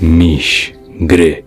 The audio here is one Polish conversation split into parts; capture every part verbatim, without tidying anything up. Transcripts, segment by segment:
Miś gry.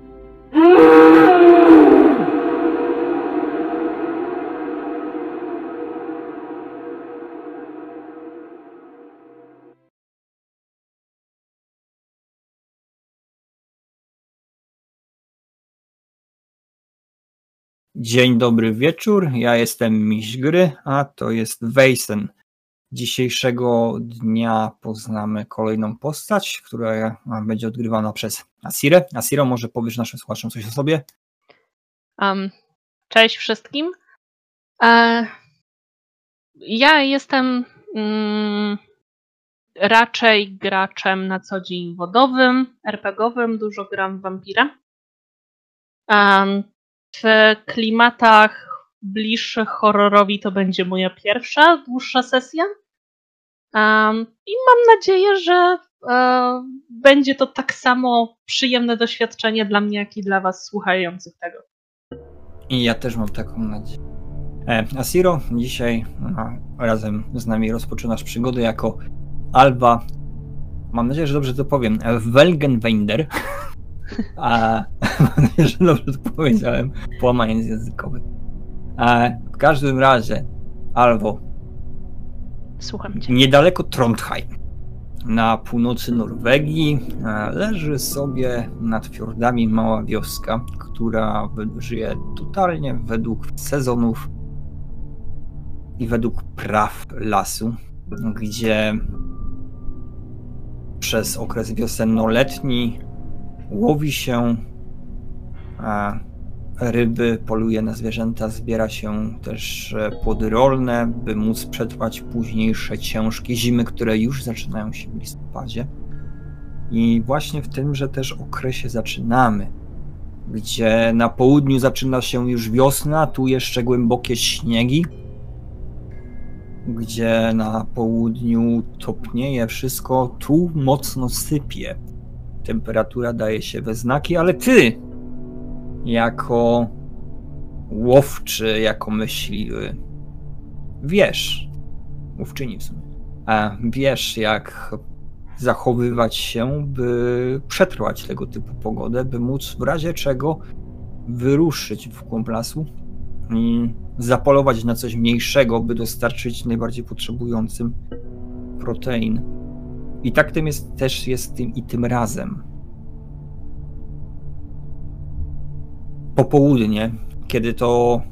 Dzień dobry wieczór, ja jestem Miś Gry, a to jest Wejsen. Dzisiejszego dnia poznamy kolejną postać, która będzie odgrywana przez Asirę. Asiro, może powiesz naszym słuchaczom coś o sobie? Um, cześć wszystkim. E, ja jestem mm, raczej graczem na co dzień wodowym, er pe gie owym, dużo gram w wampira. Um, w klimatach bliższych horrorowi to będzie moja pierwsza, dłuższa sesja. Um, I mam nadzieję, że e, będzie to tak samo przyjemne doświadczenie dla mnie, jak i dla was słuchających tego. I ja też mam taką nadzieję. E, Asiro, dzisiaj a, razem z nami rozpoczynasz przygodę jako Alba, mam nadzieję, że dobrze to powiem, Welgenwender. A, mam nadzieję, że dobrze to powiedziałem, połamając językowy. A, w każdym razie, Albo, Słucham cię. Niedaleko Trondheim, na północy Norwegii, leży sobie nad fiordami mała wioska, która żyje totalnie według sezonów i według praw lasu, gdzie przez okres wiosenno-letni łowi się ryby, poluje na zwierzęta, zbiera się też płody rolne, by móc przetrwać późniejsze ciężkie zimy, które już zaczynają się w listopadzie. I właśnie w tymże też okresie zaczynamy, gdzie na południu zaczyna się już wiosna, tu jeszcze głębokie śniegi, gdzie na południu topnieje wszystko, tu mocno sypie. Temperatura daje się we znaki, ale ty, jako łowczy, jako myśliwy, wiesz, łowczyni w sumie, a wiesz, jak zachowywać się, by przetrwać tego typu pogodę, by móc w razie czego wyruszyć w głąb lasu i zapolować na coś mniejszego, by dostarczyć najbardziej potrzebującym protein. I tak tym jest też jest tym i tym razem. Popołudnie, kiedy to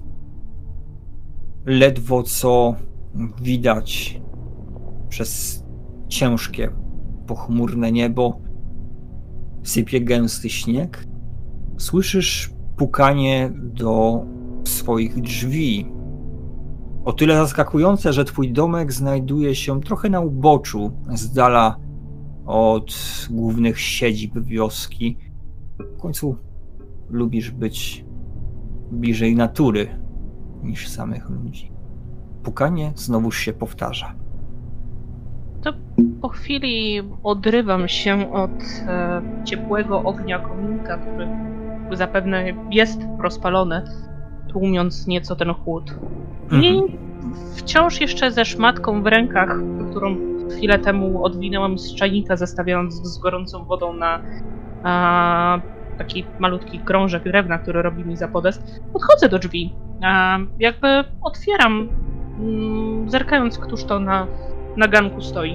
ledwo co widać przez ciężkie, pochmurne niebo, sypie gęsty śnieg, słyszysz pukanie do swoich drzwi. O tyle zaskakujące, że twój domek znajduje się trochę na uboczu, z dala od głównych siedzib wioski. W końcu lubisz być bliżej natury niż samych ludzi. Pukanie znowuż się powtarza. To po chwili odrywam się od e, ciepłego ognia kominka, który zapewne jest rozpalony, tłumiąc nieco ten chłód. Mhm. I wciąż jeszcze ze szmatką w rękach, którą chwilę temu odwinęłam z czajnika, zestawiając z gorącą wodą na a, taki malutki krążek drewna, który robi mi za podest, podchodzę do drzwi. A, jakby otwieram, mm, zerkając, któż to na, na ganku stoi.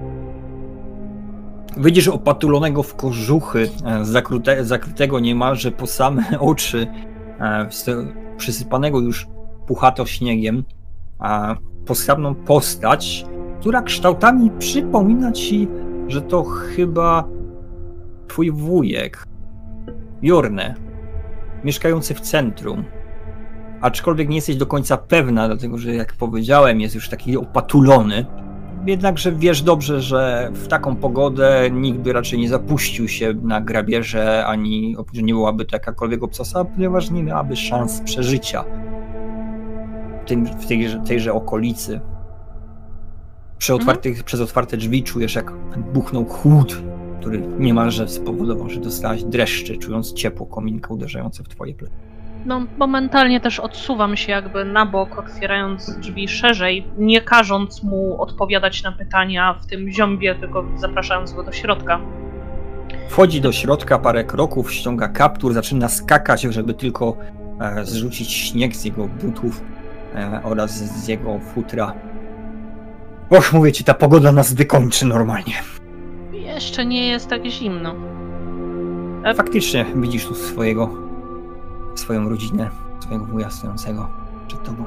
Widzisz opatulonego w kożuchy, zakrute, zakrytego niemalże po same oczy, przysypanego już puchato śniegiem, postabną postać, która kształtami przypomina ci, że to chyba twój wujek, Jorne, mieszkający w centrum. Aczkolwiek nie jesteś do końca pewna, dlatego że jak powiedziałem, jest już taki opatulony. Jednakże wiesz dobrze, że w taką pogodę nikt by raczej nie zapuścił się na grabieże, ani że nie byłaby to jakakolwiek obsasa, ponieważ nie miałaby szans przeżycia w, tym, w tejże, tejże okolicy. Przy otwartych, mhm. Przez otwarte drzwi czujesz, jak buchnął chłód, który niemalże spowodował, że dostałaś dreszcze, czując ciepło kominka uderzające w twoje plecy. No, momentalnie też odsuwam się jakby na bok, otwierając drzwi szerzej, nie każąc mu odpowiadać na pytania w tym ziombie, tylko zapraszając go do środka. Wchodzi do środka parę kroków, ściąga kaptur, zaczyna skakać, żeby tylko e, zrzucić śnieg z jego butów e, oraz z jego futra. Och, mówię ci, ta pogoda nas wykończy normalnie. Jeszcze nie jest tak zimno. Faktycznie widzisz tu swojego, swoją rodzinę, swojego wuja stojącego przed tobą.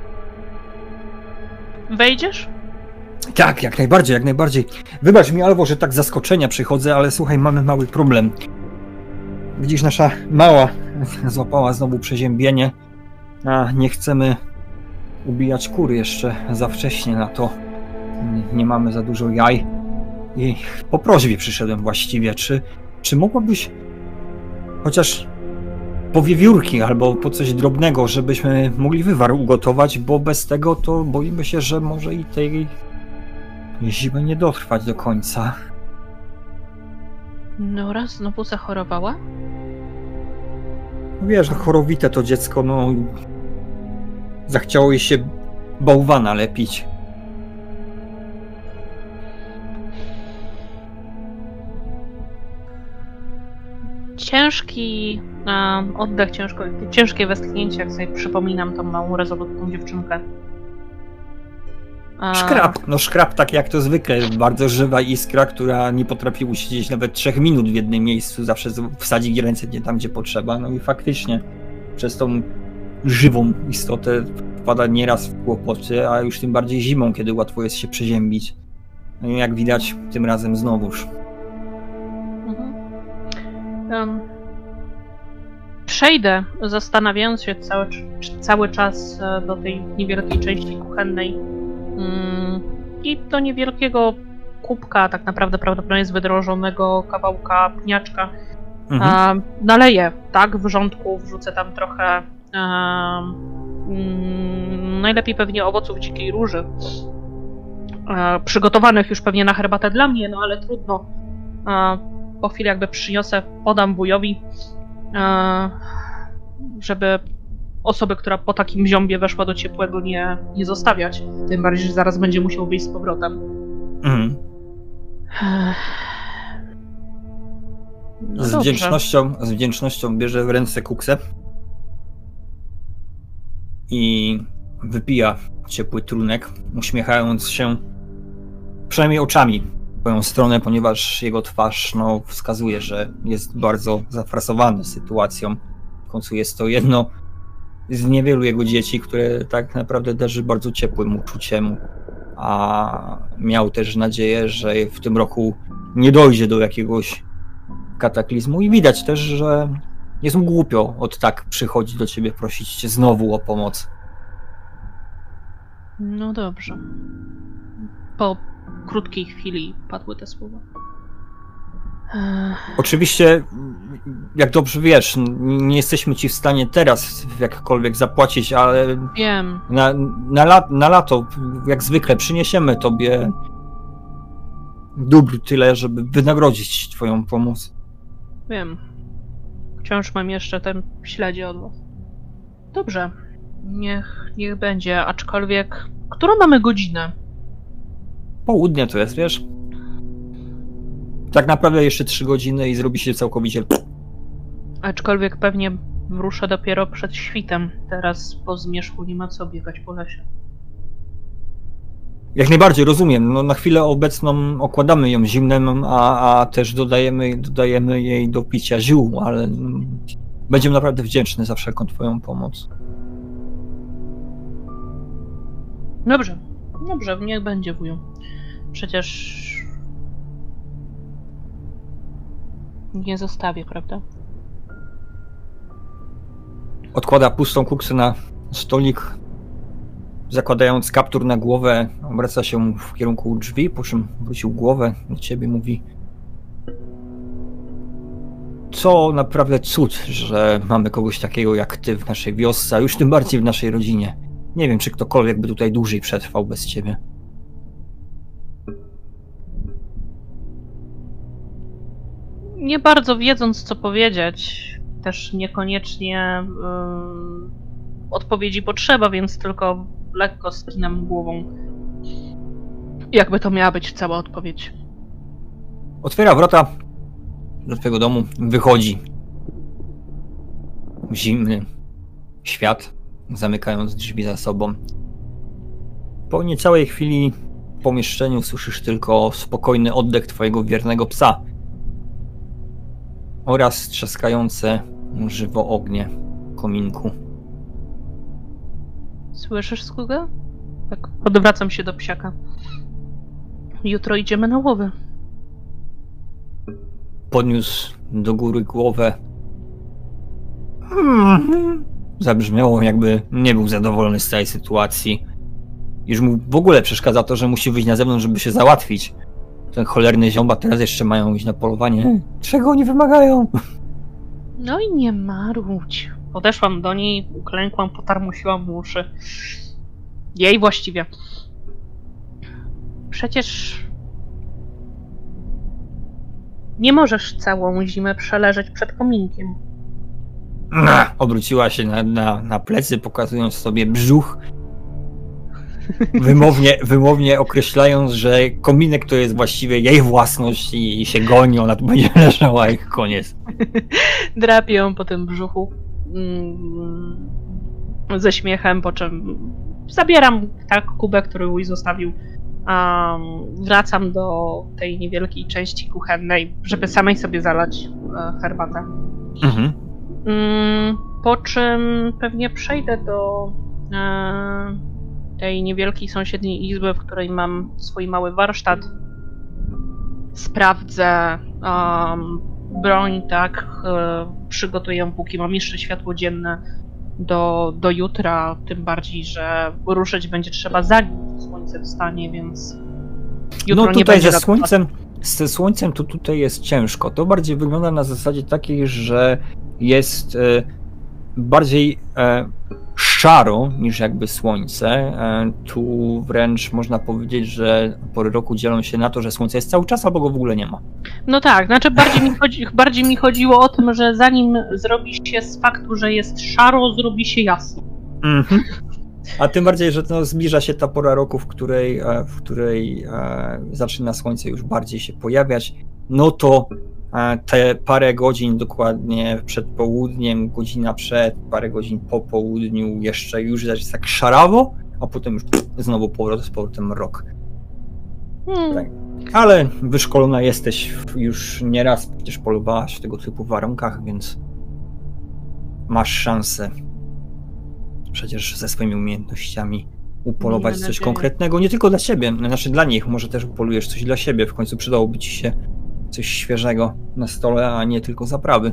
Wejdziesz? Tak, jak najbardziej, jak najbardziej. Wybacz mi, Alwo, że tak z zaskoczenia przychodzę, ale słuchaj, mamy mały problem. Widzisz, nasza mała złapała znowu przeziębienie, a nie chcemy ubijać kur jeszcze za wcześnie na to. Nie mamy za dużo jaj i po prośbie przyszedłem właściwie. Czy, czy mogłabyś chociaż po wiewiórki albo po coś drobnego, żebyśmy mogli wywar ugotować, bo bez tego to boimy się, że może i tej zimy nie dotrwać do końca. Nora znowu zachorowała? Wiesz, no chorowite to dziecko, no zachciało jej się bałwana lepić. Ciężki um, oddech, ciężko, ciężkie westchnięcie, jak sobie przypominam tą małą, rezolutną dziewczynkę. A... Szkrab, no szkrab tak jak to zwykle, bardzo żywa iskra, która nie potrafi usiedzieć nawet trzech minut w jednym miejscu, zawsze wsadzi ręce nie tam, gdzie potrzeba, no i faktycznie przez tą żywą istotę wpada nieraz w kłopoty, a już tym bardziej zimą, kiedy łatwo jest się przeziębić. No i jak widać, tym razem znowuż. Mhm. Um, przejdę, zastanawiając się cały, cały czas do tej niewielkiej części kuchennej um, i do niewielkiego kubka, tak naprawdę prawdopodobnie z wydrożonego kawałka pniaczka. Mhm. Um, naleję, tak, wrzątku, wrzucę tam trochę um, um, najlepiej pewnie owoców dzikiej róży. E, przygotowanych już pewnie na herbatę dla mnie, no ale trudno. E, po chwili jakby przyniosę, podam wujowi, e, żeby osoby, która po takim ziombie weszła do ciepłego, nie, nie zostawiać. Tym bardziej, że zaraz będzie musiał wyjść z powrotem. Mhm. E, no z, wdzięcznością, z wdzięcznością bierze w ręce kuksę i wypija ciepły trunek, uśmiechając się przynajmniej oczami w moją stronę, ponieważ jego twarz no, wskazuje, że jest bardzo zafrasowany sytuacją. W końcu jest to jedno z niewielu jego dzieci, które tak naprawdę darzy bardzo ciepłym uczuciem, a miał też nadzieję, że w tym roku nie dojdzie do jakiegoś kataklizmu i widać też, że jest mu głupio od tak przychodzić do ciebie, prosić cię znowu o pomoc. No dobrze. Po krótkiej chwili padły te słowa. Ech. Oczywiście, jak dobrze wiesz, nie jesteśmy ci w stanie teraz jakkolwiek zapłacić, ale Wiem. Na, na, la, na lato, jak zwykle, przyniesiemy tobie dóbr tyle, żeby wynagrodzić twoją pomoc. Wiem. Wciąż mam jeszcze ten śledzie od was. Dobrze. Niech, niech będzie, aczkolwiek... Którą mamy godzinę? Południe to jest, wiesz? Tak naprawdę jeszcze trzy godziny i zrobi się całkowicie... Aczkolwiek pewnie ruszę dopiero przed świtem. Teraz po zmierzchu nie ma co biegać po lesie. Jak najbardziej, rozumiem. No, na chwilę obecną okładamy ją zimnem, a, a też dodajemy, dodajemy jej do picia ziół, ale będziemy naprawdę wdzięczni za wszelką twoją pomoc. Dobrze, dobrze, niech będzie, wuju. Przecież... nie zostawię, prawda? Odkłada pustą kuksę na stolik, zakładając kaptur na głowę, obraca się w kierunku drzwi, po czym wrócił głowę do ciebie, mówi: co naprawdę cud, że mamy kogoś takiego jak ty w naszej wiosce, a już tym bardziej w naszej rodzinie. Nie wiem, czy ktokolwiek by tutaj dłużej przetrwał bez ciebie. Nie bardzo wiedząc, co powiedzieć, też niekoniecznie yy, odpowiedzi potrzeba, więc tylko lekko skinam głową. Jakby to miała być cała odpowiedź. Otwiera wrota do twojego domu wychodzi zimny świat, zamykając drzwi za sobą. Po niecałej chwili w pomieszczeniu słyszysz tylko spokojny oddech twojego wiernego psa oraz trzaskające żywo ognie w kominku. Słyszysz, Skugę? Tak, odwracam się do psiaka. Jutro idziemy na łowy. Podniósł do góry głowę. Hmm. Zabrzmiało, jakby nie był zadowolony z całej sytuacji. Już mu w ogóle przeszkadza to, że musi wyjść na zewnątrz, żeby się załatwić. Ten cholerny ziomba teraz jeszcze mają iść na polowanie. Czego oni wymagają? No i nie marudź. Podeszłam do niej, uklękłam, potarmusiłam mu uszy. Jej właściwie. Przecież nie możesz całą zimę przeleżeć przed kominkiem. Obróciła się na, na, na plecy, pokazując sobie brzuch. Wymownie, wymownie określając, że kominek to jest właściwie jej własność i, i się goni, ona tu będzie leżała i koniec. Drapię ją po tym brzuchu mm, ze śmiechem, po czym zabieram tak kubek, który Louis zostawił. Um, wracam do tej niewielkiej części kuchennej, żeby samej sobie zalać e, herbatę. Mhm. Mm, po czym pewnie przejdę do e, tej niewielkiej sąsiedniej izby, w której mam swój mały warsztat. Sprawdzę um, broń, tak, e, przygotuję, póki mam jeszcze światło dzienne do, do jutra, tym bardziej, że ruszyć będzie trzeba zanim słońce wstanie, więc jutro no nie tutaj będzie ze słońcem, ze słońcem to tutaj jest ciężko. To bardziej wygląda na zasadzie takiej, że jest e, bardziej e, szaro niż jakby słońce. E, tu wręcz można powiedzieć, że pory roku dzielą się na to, że słońce jest cały czas, albo go w ogóle nie ma. No tak, znaczy bardziej mi, chodzi, bardziej mi chodziło o tym, że zanim zrobi się z faktu, że jest szaro, zrobi się jasno. Mhm. A tym bardziej, że no, zbliża się ta pora roku, w której, w której e, zaczyna słońce już bardziej się pojawiać, no to e, te parę godzin dokładnie przed południem, godzina przed, parę godzin po południu jeszcze już jest tak szarawo, a potem już znowu powrót, z powrotem rok. Hmm. Tak. Ale wyszkolona jesteś, już nieraz przecież polowałaś w tego typu warunkach, więc masz szansę przecież ze swoimi umiejętnościami upolować Miejmy coś nadzieję. konkretnego, nie tylko dla siebie, znaczy dla nich, może też upolujesz coś dla siebie, w końcu przydałoby ci się coś świeżego na stole, a nie tylko zaprawy.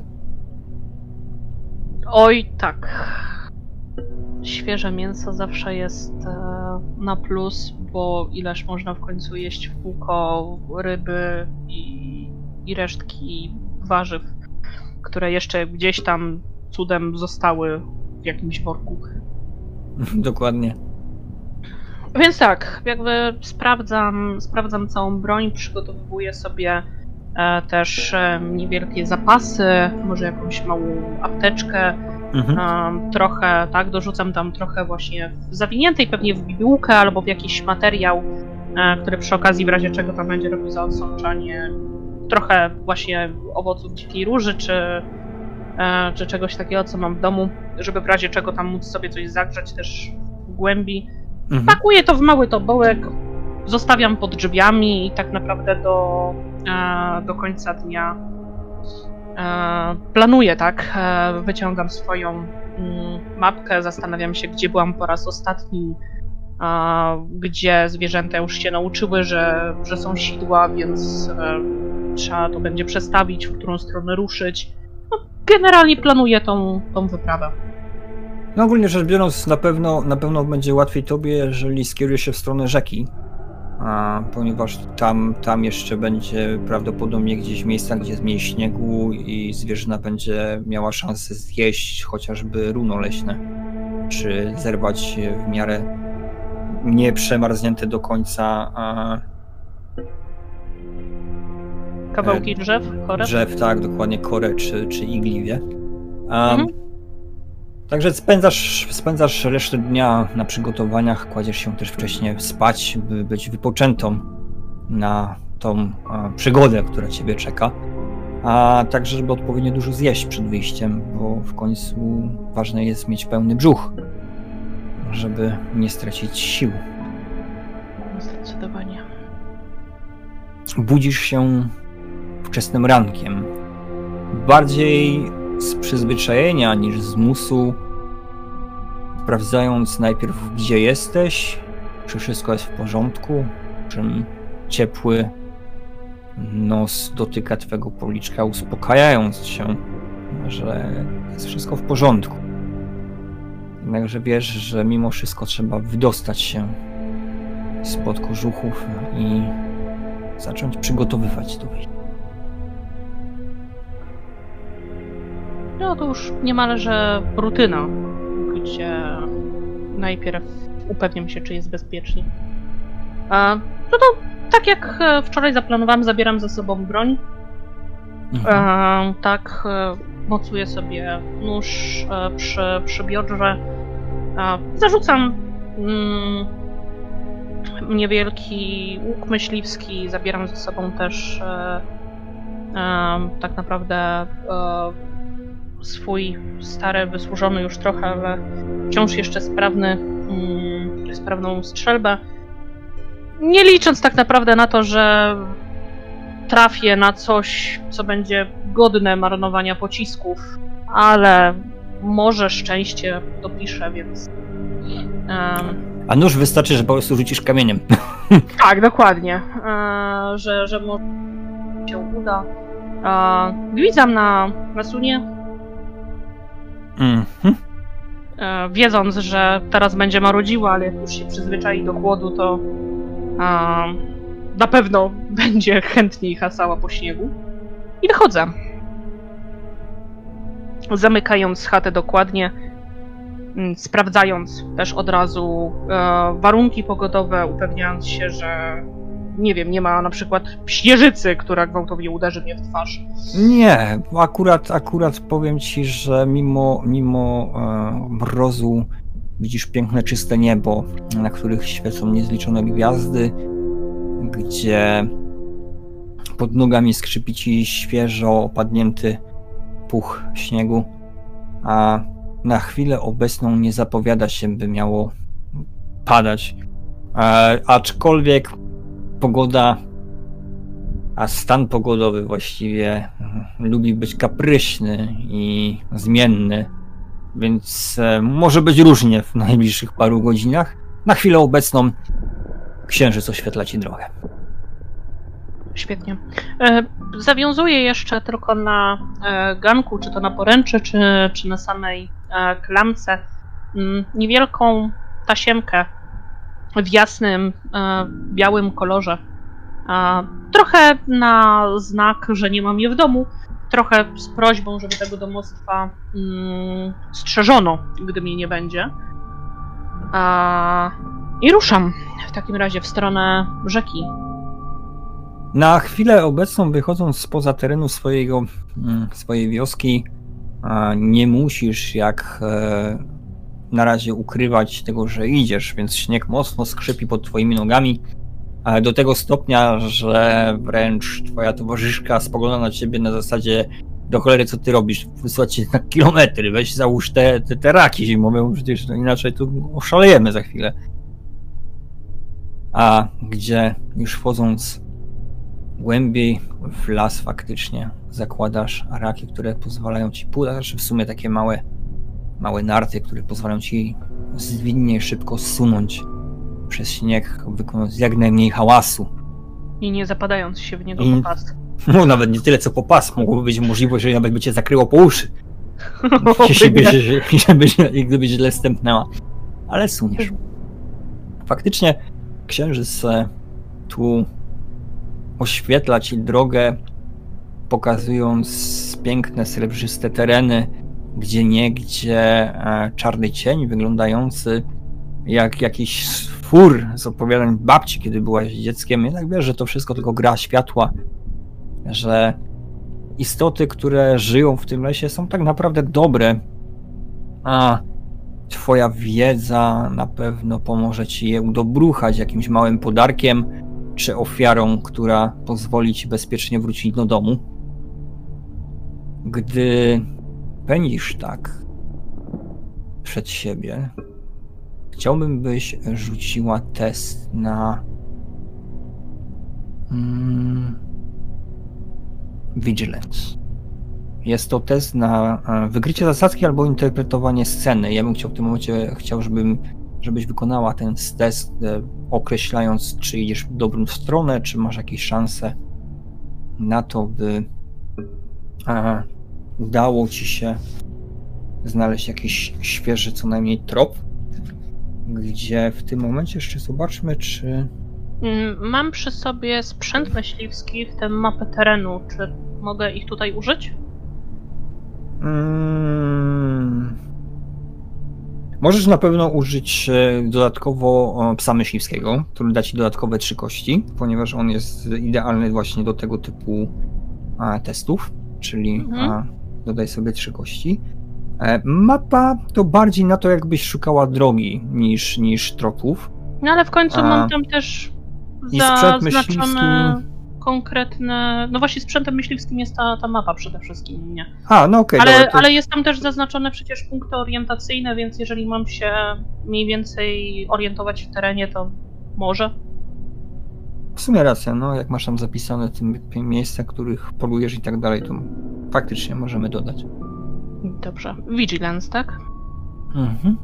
Oj, tak. Świeże mięso zawsze jest e, na plus, bo ileż można w końcu jeść w kółko ryby i, i resztki warzyw, które jeszcze gdzieś tam cudem zostały w jakimś worku. Dokładnie. Więc tak, jakby sprawdzam, sprawdzam całą broń, przygotowuję sobie e, też e, niewielkie zapasy, może jakąś małą apteczkę, Mhm. e, trochę, tak, dorzucam tam trochę właśnie zawiniętej pewnie w bibułkę albo w jakiś materiał, e, który przy okazji w razie czego tam będzie robił za odsączanie, trochę właśnie owoców dzikiej róży, czy, e, czy czegoś takiego, co mam w domu, żeby w razie czego tam móc sobie coś zagrzać też w głębi. Mhm. Pakuję to w mały tobołek, zostawiam pod drzwiami i tak naprawdę do, e, do końca dnia e, planuję, tak? E, wyciągam swoją mm, mapkę, zastanawiam się, gdzie byłam po raz ostatni, e, gdzie zwierzęta już się nauczyły, że, że są sidła, więc e, trzeba to będzie przestawić, w którą stronę ruszyć. No, generalnie planuję tą, tą wyprawę. No ogólnie rzecz biorąc, na pewno, na pewno będzie łatwiej tobie, jeżeli skierujesz się w stronę rzeki, a, ponieważ tam, tam jeszcze będzie prawdopodobnie gdzieś miejsca, gdzie jest mniej śniegu i zwierzyna będzie miała szansę zjeść chociażby runo leśne, czy zerwać w miarę nie przemarznięte do końca a, Kawałki e, drzew, korę? drzew, tak, dokładnie korę czy, czy igliwie. A, Mhm. Także spędzasz, spędzasz resztę dnia na przygotowaniach, kładziesz się też wcześniej spać, by być wypoczętą na tą a, przygodę, która ciebie czeka. a także żeby odpowiednio dużo zjeść przed wyjściem, bo w końcu ważne jest mieć pełny brzuch, żeby nie stracić sił. Zdecydowanie. Budzisz się wczesnym rankiem. Bardziej z przyzwyczajenia niż z musu, sprawdzając najpierw, gdzie jesteś, czy wszystko jest w porządku, czym ciepły nos dotyka twego policzka, uspokajając się, że jest wszystko w porządku. Jednakże wiesz, że mimo wszystko trzeba wydostać się spod kożuchów i zacząć przygotowywać do wyjścia. No to już niemalże rutyna, gdzie najpierw upewniam się, czy jest bezpiecznie. A, no to tak jak wczoraj zaplanowałam, zabieram ze sobą broń. Mhm. A, tak, mocuję sobie nóż przy, przy biodrze. A, zarzucam mm, niewielki łuk myśliwski, zabieram ze sobą też e, e, tak naprawdę e, swój stary, wysłużony już trochę, ale wciąż jeszcze sprawny, mm, sprawną strzelbę. Nie licząc tak naprawdę na to, że trafię na coś, co będzie godne marnowania pocisków, ale może szczęście dopiszę, więc... Um, A nóż wystarczy, że po prostu rzucisz kamieniem. Tak, dokładnie. E, że, że może się uda. E, gwizdam na, na sunie. Mhm. E, wiedząc, że teraz będzie marudziła, ale jak już się przyzwyczai do chłodu, to e, na pewno będzie chętniej hasała po śniegu. I wychodzę. Zamykając chatę dokładnie, sprawdzając też od razu e, warunki pogodowe, upewniając się, że nie wiem, nie ma na przykład śnieżycy, która gwałtownie uderzy mnie w twarz. Nie, akurat, akurat powiem ci, że mimo, mimo e, mrozu widzisz piękne, czyste niebo, na których świecą niezliczone gwiazdy, gdzie pod nogami skrzypi ci świeżo opadnięty puch śniegu, a na chwilę obecną nie zapowiada się, by miało padać. E, aczkolwiek pogoda, a stan pogodowy właściwie lubi być kapryśny i zmienny, więc e, może być różnie w najbliższych paru godzinach. Na chwilę obecną księżyc oświetla ci drogę. Świetnie. E, zawiązuję jeszcze tylko na e, ganku, czy to na poręczy, czy, czy na samej e, klamce, m, niewielką tasiemkę w jasnym, e, białym kolorze. E, trochę na znak, że nie mam je w domu, trochę z prośbą, żeby tego domostwa mm, strzeżono, gdy mnie nie będzie. E, I ruszam w takim razie w stronę rzeki. Na chwilę obecną, wychodząc spoza terenu swojego, swojej wioski, nie musisz jak na razie ukrywać tego, że idziesz, więc śnieg mocno skrzypi pod twoimi nogami, do tego stopnia, że wręcz twoja towarzyszka spogląda na ciebie na zasadzie: do cholery, co ty robisz? Wysłać cię na kilometry, weź załóż te, te, te raki zimowe, bo przecież no inaczej tu oszalejemy za chwilę. A gdzie już wchodząc głębiej w las faktycznie zakładasz raki, które pozwalają ci pójść, w sumie takie małe, małe narty, które pozwalają ci zwinnie, szybko zsunąć przez śnieg, wykonując jak najmniej hałasu. I nie zapadając się w niego I... po pas. No nawet nie tyle co po pas, mogłoby być możliwość, że nawet by cię zakryło po uszy. Jeśli byś, żeby, gdybyś źle stępnęła. Ale suniesz. Faktycznie księżyc tu oświetla ci drogę, pokazując piękne, srebrzyste tereny, gdzie niegdzie czarny cień wyglądający jak jakiś fur z opowiadań babci, kiedy byłaś dzieckiem. Jednak wiesz, że to wszystko tylko gra światła, że istoty, które żyją w tym lesie, są tak naprawdę dobre, a twoja wiedza na pewno pomoże ci je udobruchać jakimś małym podarkiem czy ofiarą, która pozwoli ci bezpiecznie wrócić do domu. Gdy pędzisz tak przed siebie, chciałbym, byś rzuciła test na mm, Vigilance. Jest to test na wykrycie zasadzki albo interpretowanie sceny. Ja bym chciał w tym momencie, chciał, żebym, żebyś wykonała ten test, określając, czy idziesz w dobrą stronę, czy masz jakieś szanse na to, by a, udało ci się znaleźć jakiś świeży co najmniej trop, gdzie w tym momencie jeszcze zobaczmy, czy... Mam przy sobie sprzęt myśliwski, w tym mapę terenu. Czy mogę ich tutaj użyć? Hmm. Możesz na pewno użyć dodatkowo psa myśliwskiego, który da ci dodatkowe trzy kości, ponieważ on jest idealny właśnie do tego typu a, testów, czyli mhm. a, dodaj sobie trzy kości. E, mapa to bardziej na to, jakbyś szukała drogi niż, niż tropów. No ale w końcu a, mam tam też zaznaczone konkretne... No właśnie sprzętem myśliwskim jest ta, ta mapa przede wszystkim, nie? A, no okej. Okay, ale, to... ale jest tam też zaznaczone przecież punkty orientacyjne, więc jeżeli mam się mniej więcej orientować w terenie, to może. W sumie racja, no jak masz tam zapisane te miejsca, których polujesz i tak dalej, to faktycznie możemy dodać. Dobrze. Vigilance, tak? Mhm.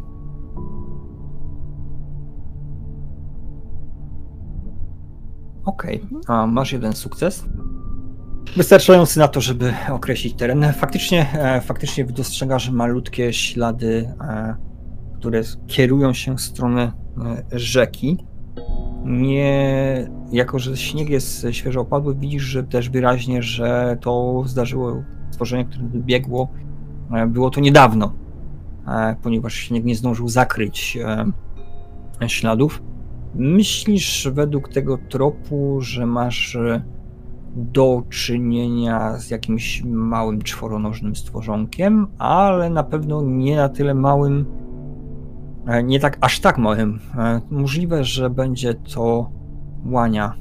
Okej, okay. Masz jeden sukces. Wystarczający na to, żeby określić teren. Faktycznie, faktycznie dostrzegasz malutkie ślady, które kierują się w stronę rzeki. Nie, jako że śnieg jest świeżo opadły, widzisz, że też wyraźnie, że to zdarzyło stworzenie, które biegło. Było to niedawno, ponieważ śnieg nie zdążył zakryć śladów. Myślisz według tego tropu, że masz do czynienia z jakimś małym czworonożnym stworzonkiem, ale na pewno nie na tyle małym, nie tak aż tak małym. Możliwe, że będzie to łania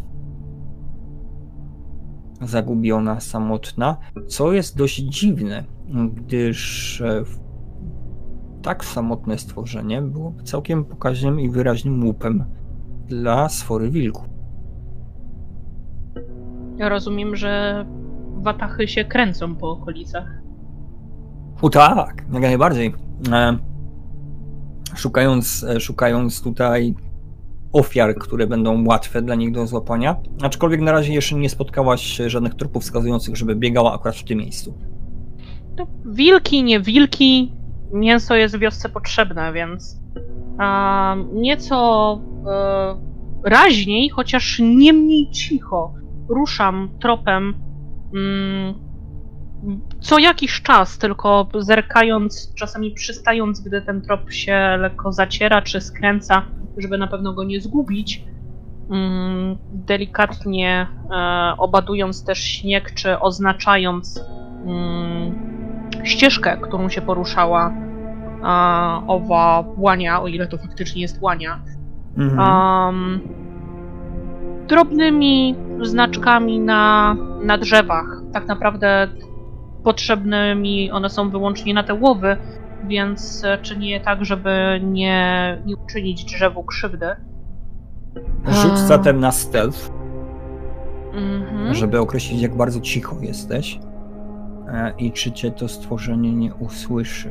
zagubiona, samotna, co jest dość dziwne, gdyż tak samotne stworzenie było całkiem pokaźnym i wyraźnym łupem dla sfory wilków. Ja rozumiem, że watachy się kręcą po okolicach. O tak, jak najbardziej. E, szukając, szukając tutaj ofiar, które będą łatwe dla nich do złapania, aczkolwiek na razie jeszcze nie spotkałaś żadnych tropów wskazujących, żeby biegała akurat w tym miejscu. To wilki, nie wilki, mięso jest w wiosce potrzebne, więc a, nieco e, raźniej, chociaż nie mniej cicho ruszam tropem mm, co jakiś czas, tylko zerkając, czasami przystając, gdy ten trop się lekko zaciera czy skręca, żeby na pewno go nie zgubić, mm, delikatnie e, obadując też śnieg, czy oznaczając mm, ścieżkę, którą się poruszała a, owa łania, o ile to faktycznie jest łania. Mhm. Um, drobnymi znaczkami na, na drzewach. Tak naprawdę potrzebne mi one są wyłącznie na te łowy, więc czynię tak, żeby nie, nie uczynić drzewu krzywdy. Rzuć zatem na stealth, mhm. żeby określić, jak bardzo cicho jesteś i czy cię to stworzenie nie usłyszy.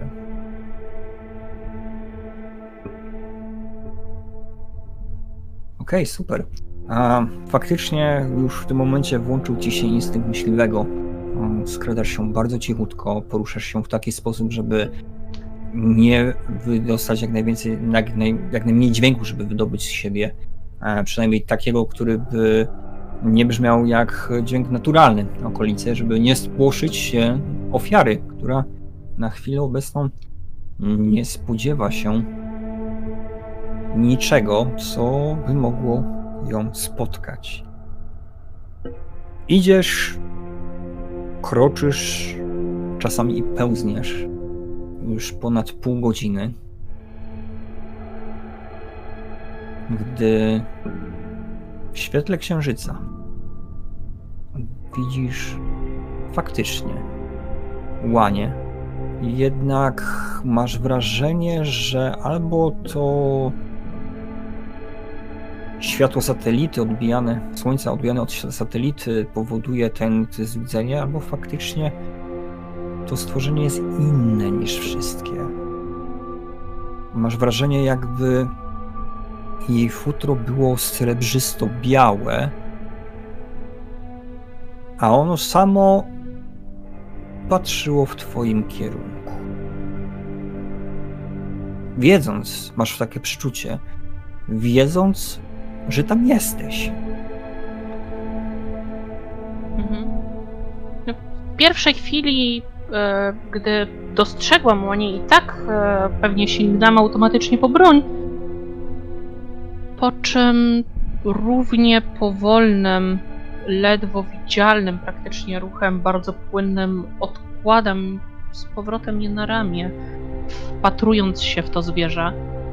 Okej, okay, super. A faktycznie już w tym momencie włączył ci się instynkt myśliwego. Skradasz się bardzo cichutko, poruszasz się w taki sposób, żeby nie wydostać jak najwięcej, jak, naj, jak najmniej dźwięku, żeby wydobyć z siebie. A przynajmniej takiego, który by nie brzmiał jak dźwięk naturalny na okolicy, żeby nie spłoszyć się ofiary, która na chwilę obecną nie spodziewa się niczego, co by mogło ją spotkać. Idziesz, kroczysz, czasami i pełzniesz już ponad pół godziny, gdy w świetle księżyca widzisz faktycznie łanie. Jednak masz wrażenie, że albo to światło satelity odbijane, słońca odbijane od satelity powoduje ten zwidzenie, albo faktycznie to stworzenie jest inne niż wszystkie. Masz wrażenie, jakby jej futro było srebrzysto-białe, a ono samo patrzyło w twoim kierunku. Wiedząc, masz takie przeczucie, wiedząc, że tam jesteś. Mhm. W pierwszej chwili, e, gdy dostrzegłam łanie i tak e, pewnie sięgnęłam automatycznie po broń, po czym równie powolnym, ledwo widzialnym praktycznie ruchem, bardzo płynnym odkładam z powrotem je na ramię, wpatrując się w to zwierzę.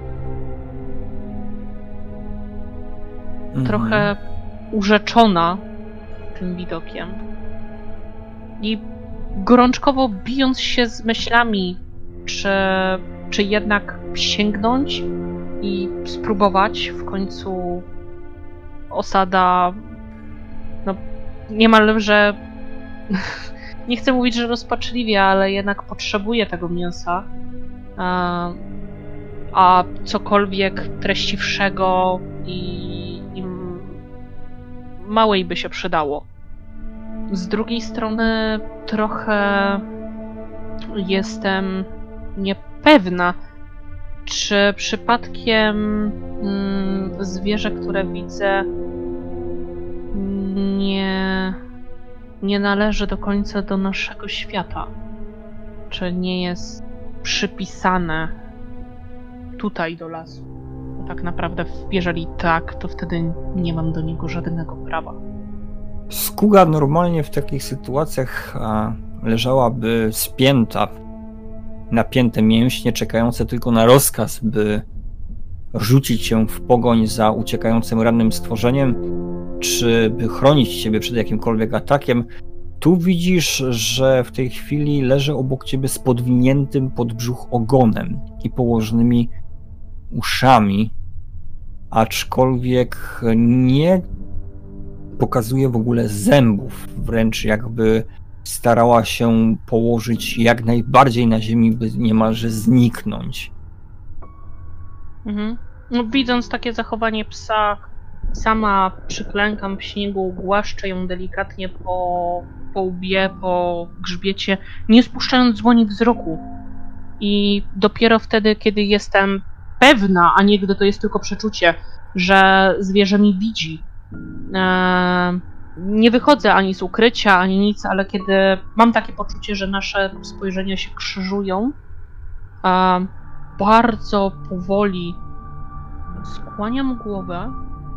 Mhm. Trochę urzeczona tym widokiem. I gorączkowo bijąc się z myślami, czy, czy jednak sięgnąć i spróbować. W końcu osada, no niemal, że nie chcę mówić, że rozpaczliwie, ale jednak potrzebuje tego mięsa. A, a cokolwiek treściwszego i, i małej by się przydało. Z drugiej strony trochę jestem niepewna, czy przypadkiem mm, zwierzę, które widzę, nie, nie należy do końca do naszego świata. Czy nie jest przypisane tutaj do lasu. Bo tak naprawdę, jeżeli tak, to wtedy nie mam do niego żadnego prawa. Skuga normalnie w takich sytuacjach a, leżałaby spięta, napięte mięśnie, czekające tylko na rozkaz, by rzucić się w pogoń za uciekającym rannym stworzeniem, czy by chronić siebie przed jakimkolwiek atakiem. Tu widzisz, że w tej chwili leży obok ciebie z podwiniętym pod brzuch ogonem i położonymi uszami, aczkolwiek nie pokazuje w ogóle zębów, wręcz jakby starała się położyć jak najbardziej na ziemi, by niemalże zniknąć. Mhm. No, widząc takie zachowanie psa, sama przyklękam w śniegu, głaszczę ją delikatnie po, po łbie, po grzbiecie, nie spuszczając z dłoni wzroku. I dopiero wtedy, kiedy jestem pewna, a nie gdy to jest tylko przeczucie, że zwierzę mi widzi, e, nie wychodzę ani z ukrycia, ani nic, ale kiedy mam takie poczucie, że nasze spojrzenia się krzyżują, e, bardzo powoli skłaniam głowę,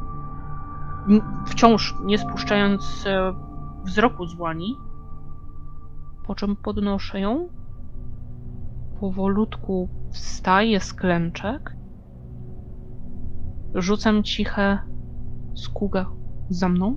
wciąż nie spuszczając wzroku z łani, po czym podnoszę ją, powolutku wstaję z klęczek, rzucam ciche Skuga za mną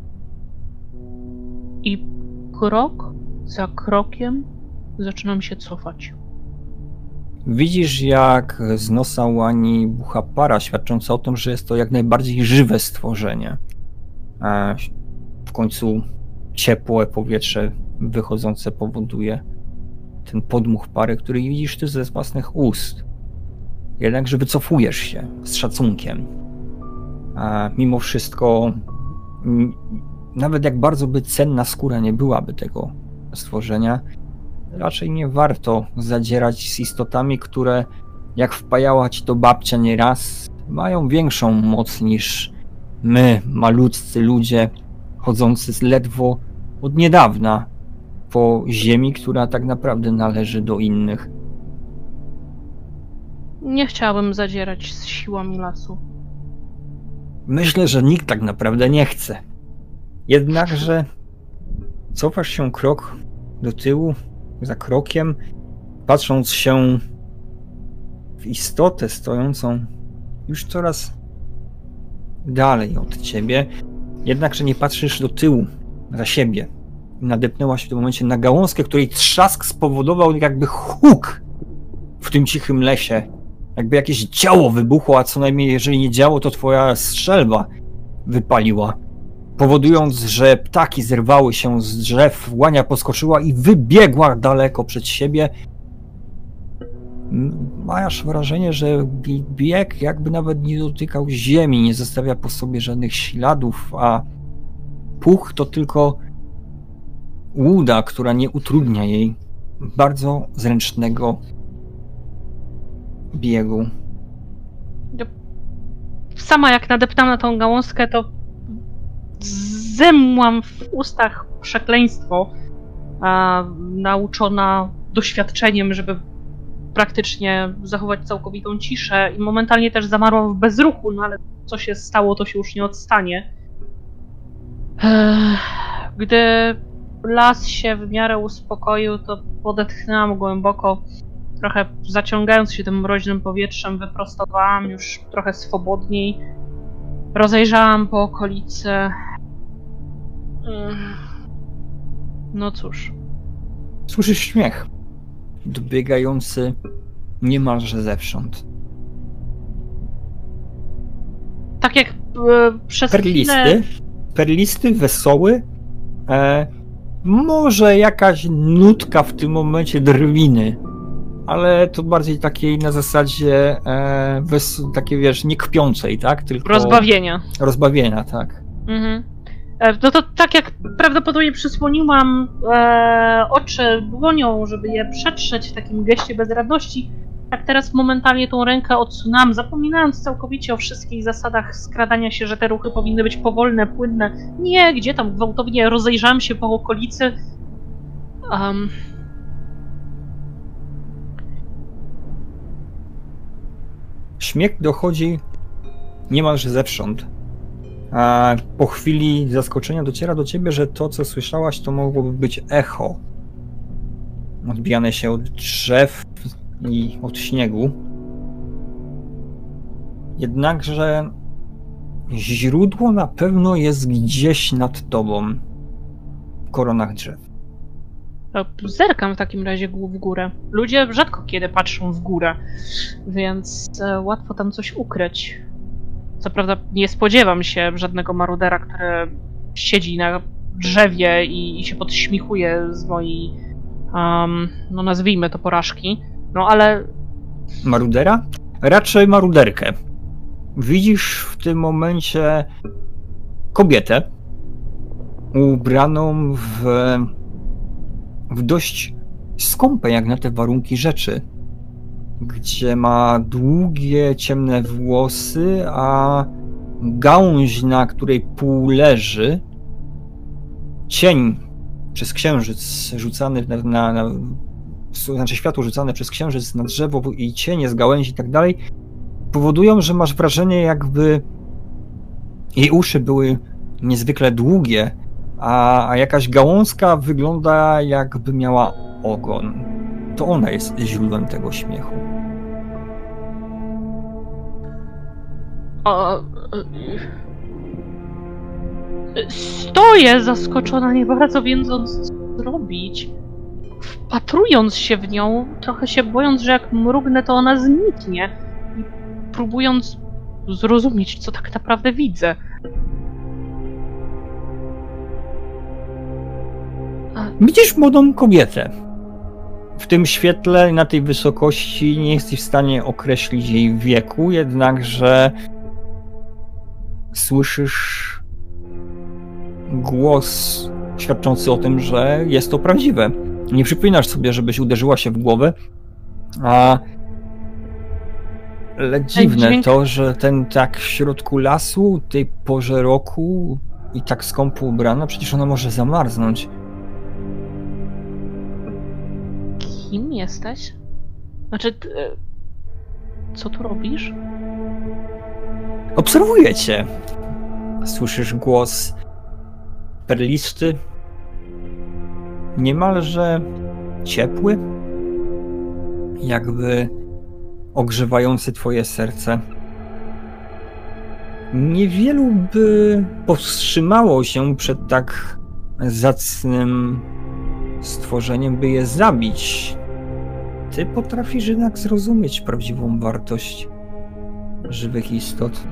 i krok za krokiem zaczynam się cofać. Widzisz, jak z nosa łani bucha para, świadcząca o tym, że jest to jak najbardziej żywe stworzenie. A w końcu ciepłe powietrze wychodzące powoduje ten podmuch pary, który widzisz ty ze własnych ust. Jednakże wycofujesz się z szacunkiem. A mimo wszystko, nawet jak bardzo by cenna skóra nie byłaby tego stworzenia, raczej nie warto zadzierać z istotami, które, jak wpajała ci to babcia nieraz, mają większą moc niż my, malutcy ludzie, chodzący ledwo od niedawna po ziemi, która tak naprawdę należy do innych. Nie chciałabym zadzierać z siłami lasu. Myślę, że nikt tak naprawdę nie chce. Jednakże cofasz się krok do tyłu, za krokiem, patrząc się w istotę stojącą już coraz dalej od ciebie, jednakże nie patrzysz do tyłu, za siebie. nadepnęła się w tym momencie na gałązkę, której trzask spowodował jakby huk w tym cichym lesie. Jakby jakieś działo wybuchło, a co najmniej jeżeli nie działo, to twoja strzelba wypaliła. Powodując, że ptaki zerwały się z drzew, łania poskoczyła i wybiegła daleko przed siebie. Masz wrażenie, że bieg jakby nawet nie dotykał ziemi, nie zostawia po sobie żadnych śladów, a puch to tylko łuda, która nie utrudnia jej bardzo zręcznego biegu. Sama jak nadeptałam na tą gałązkę, to zemłam w ustach przekleństwo, a, nauczona doświadczeniem, żeby praktycznie zachować całkowitą ciszę i momentalnie też zamarłam w bezruchu, no ale co się stało, to się już nie odstanie. Gdy las się w miarę uspokoił, to odetchnęłam głęboko, trochę zaciągając się tym mroźnym powietrzem, wyprostowałam już trochę swobodniej, rozejrzałam po okolicy. No cóż. Słyszysz śmiech dobiegający niemalże zewsząd. Tak jak e, przez Perlisty, chwilę... perlisty, wesoły. E, może jakaś nutka w tym momencie drwiny, ale to bardziej takiej na zasadzie e, wes- takie wiesz, nie kpiącej, tak? Tylko Rozbawienia. Rozbawienia, tak. Mhm. No to tak jak prawdopodobnie przysłoniłam e, oczy dłonią, żeby je przetrzeć w takim geście bezradności, tak teraz momentalnie tą rękę odsunęłam, zapominając całkowicie o wszystkich zasadach skradania się, że te ruchy powinny być powolne, płynne. Nie, gdzie tam gwałtownie rozejrzałam się po okolicy. Um. Śmiech dochodzi niemalże zewsząd. A po chwili zaskoczenia dociera do ciebie, że to, co słyszałaś, to mogłoby być echo. Odbijane się od drzew i od śniegu. Jednakże źródło na pewno jest gdzieś nad tobą, w koronach drzew. Zerkam w takim razie w górę. Ludzie rzadko kiedy patrzą w górę, więc e, łatwo tam coś ukryć. Co prawda nie spodziewam się żadnego marudera, który siedzi na drzewie i, i się podśmichuje z mojej, um, no nazwijmy to porażki, no ale... Marudera? Raczej maruderkę. Widzisz w tym momencie kobietę ubraną w, w dość skąpe jak na te warunki rzeczy, gdzie ma długie, ciemne włosy, a gałąź, na której pół leży, cień przez księżyc rzucany na, na, na znaczy światło rzucane przez księżyc na drzewo i cienie z gałęzi i tak dalej, powodują, że masz wrażenie, jakby jej uszy były niezwykle długie, a, a jakaś gałązka wygląda, jakby miała ogon. To ona jest źródłem tego śmiechu. O, stoję zaskoczona, nie bardzo wiedząc, co zrobić. Wpatrując się w nią, trochę się bojąc, że jak mrugnę, to ona zniknie. I próbując zrozumieć, co tak naprawdę widzę. Widzisz młodą kobietę. W tym świetle, na tej wysokości nie jesteś w stanie określić jej wieku, jednakże słyszysz głos świadczący o tym, że jest to prawdziwe. Nie przypominasz sobie, żebyś uderzyła się w głowę, a ale dziwne dźwięk... to, że ten tak w środku lasu, tej porze roku i tak skąpo ubrana, przecież ona może zamarznąć. Kim jesteś? Znaczy, ty... co tu robisz? Obserwuję cię. Słyszysz głos perlisty, niemalże ciepły, jakby ogrzewający twoje serce. Niewielu by powstrzymało się przed tak zacnym stworzeniem, by je zabić. Ty potrafisz jednak zrozumieć prawdziwą wartość żywych istot.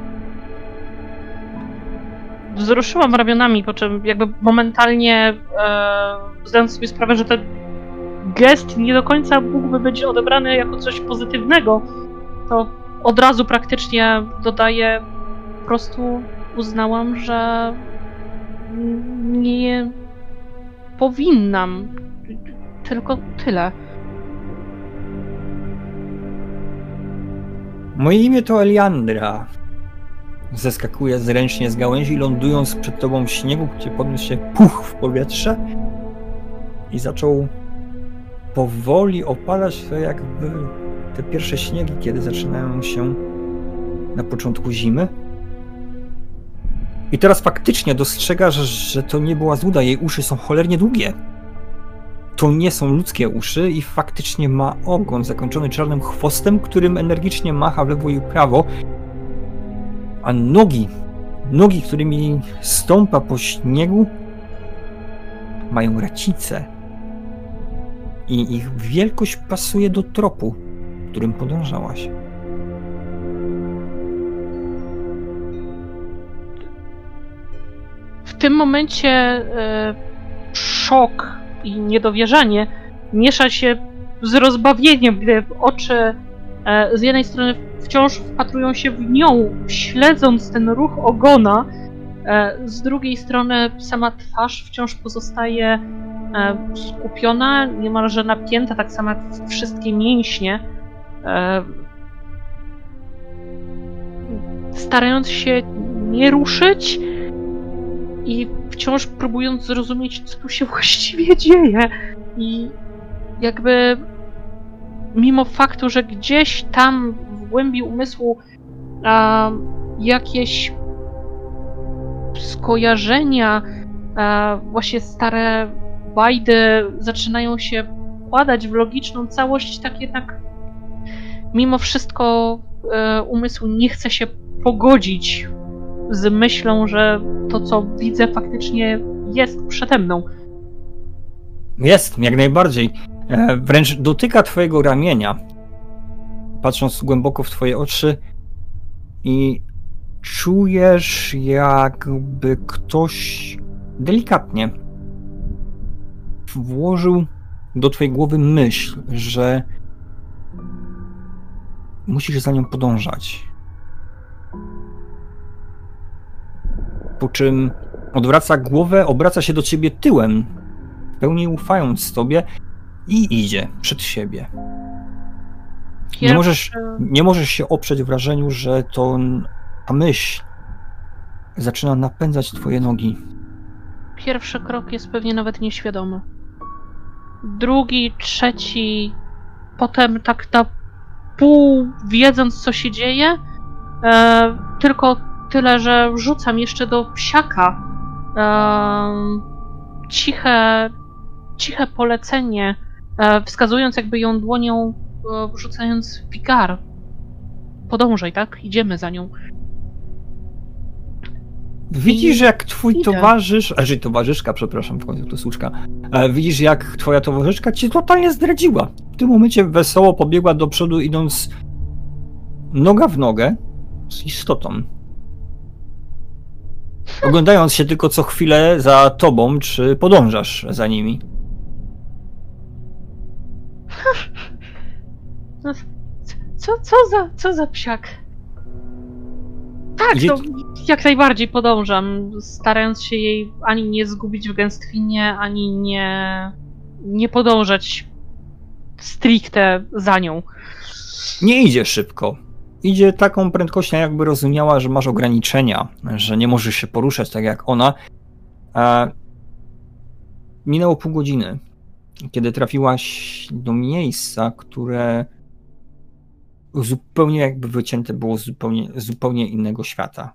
Wzruszyłam ramionami, po czym jakby momentalnie e, zdając sobie sprawę, że ten gest nie do końca mógłby być odebrany jako coś pozytywnego, to od razu praktycznie dodaję, po prostu uznałam, że nie powinnam. Tylko tyle. Moje imię to Eliandra. Zeskakuje zręcznie z gałęzi, lądując przed tobą w śniegu, gdzie podniósł się puch w powietrze i zaczął powoli opadać, to jakby te pierwsze śniegi, kiedy zaczynają się na początku zimy. I teraz faktycznie dostrzegasz, że to nie była złuda, jej uszy są cholernie długie. To nie są ludzkie uszy i faktycznie ma ogon zakończony czarnym chwostem, którym energicznie macha w lewo i prawo, a nogi, nogi, którymi stąpa po śniegu, mają racice i ich wielkość pasuje do tropu, którym podążałaś. W tym momencie e, szok i niedowierzanie miesza się z rozbawieniem, gdy oczy e, z jednej strony wciąż wpatrują się w nią, śledząc ten ruch ogona, e, z drugiej strony sama twarz wciąż pozostaje e, skupiona, niemalże napięta, tak samo jak wszystkie mięśnie, e, starając się nie ruszyć i wciąż próbując zrozumieć, co tu się właściwie dzieje. I jakby mimo faktu, że gdzieś tam w głębi umysłu a, jakieś skojarzenia, a, właśnie stare bajdy zaczynają się wkładać w logiczną całość, tak jednak mimo wszystko e, umysł nie chce się pogodzić z myślą, że to, co widzę, faktycznie jest przede mną. Jest, jak najbardziej. E, wręcz dotyka twojego ramienia, patrząc głęboko w twoje oczy i czujesz, jakby ktoś delikatnie włożył do twojej głowy myśl, że musisz za nią podążać. Po czym odwraca głowę, obraca się do ciebie tyłem, w pełni ufając tobie i idzie przed siebie. Nie możesz, nie możesz się oprzeć wrażeniu, że to ta myśl zaczyna napędzać twoje nogi. Pierwszy krok jest pewnie nawet nieświadomy. Drugi, trzeci, potem tak na pół wiedząc, co się dzieje, e, tylko tyle, że rzucam jeszcze do psiaka e, ciche, ciche polecenie, e, wskazując jakby ją dłonią, e, rzucając wigar. Podążaj, tak? Idziemy za nią. Widzisz, jak twój Idę. towarzysz, a że towarzyszka, przepraszam, w końcu to słuczka, e, widzisz, jak twoja towarzyszka cię totalnie zdradziła. W tym momencie wesoło pobiegła do przodu, idąc noga w nogę z istotą. Oglądając się tylko co chwilę za tobą, czy podążasz za nimi. No, co, co, za, co za psiak? Tak, Gdzie... to jak najbardziej podążam, starając się jej ani nie zgubić w gęstwinie, ani nie, nie podążać stricte za nią. Nie idzie szybko. Idzie taką prędkością, jakby rozumiała, że masz ograniczenia, że nie możesz się poruszać tak jak ona. A minęło pół godziny, kiedy trafiłaś do miejsca, które zupełnie jakby wycięte było z zupełnie, zupełnie innego świata.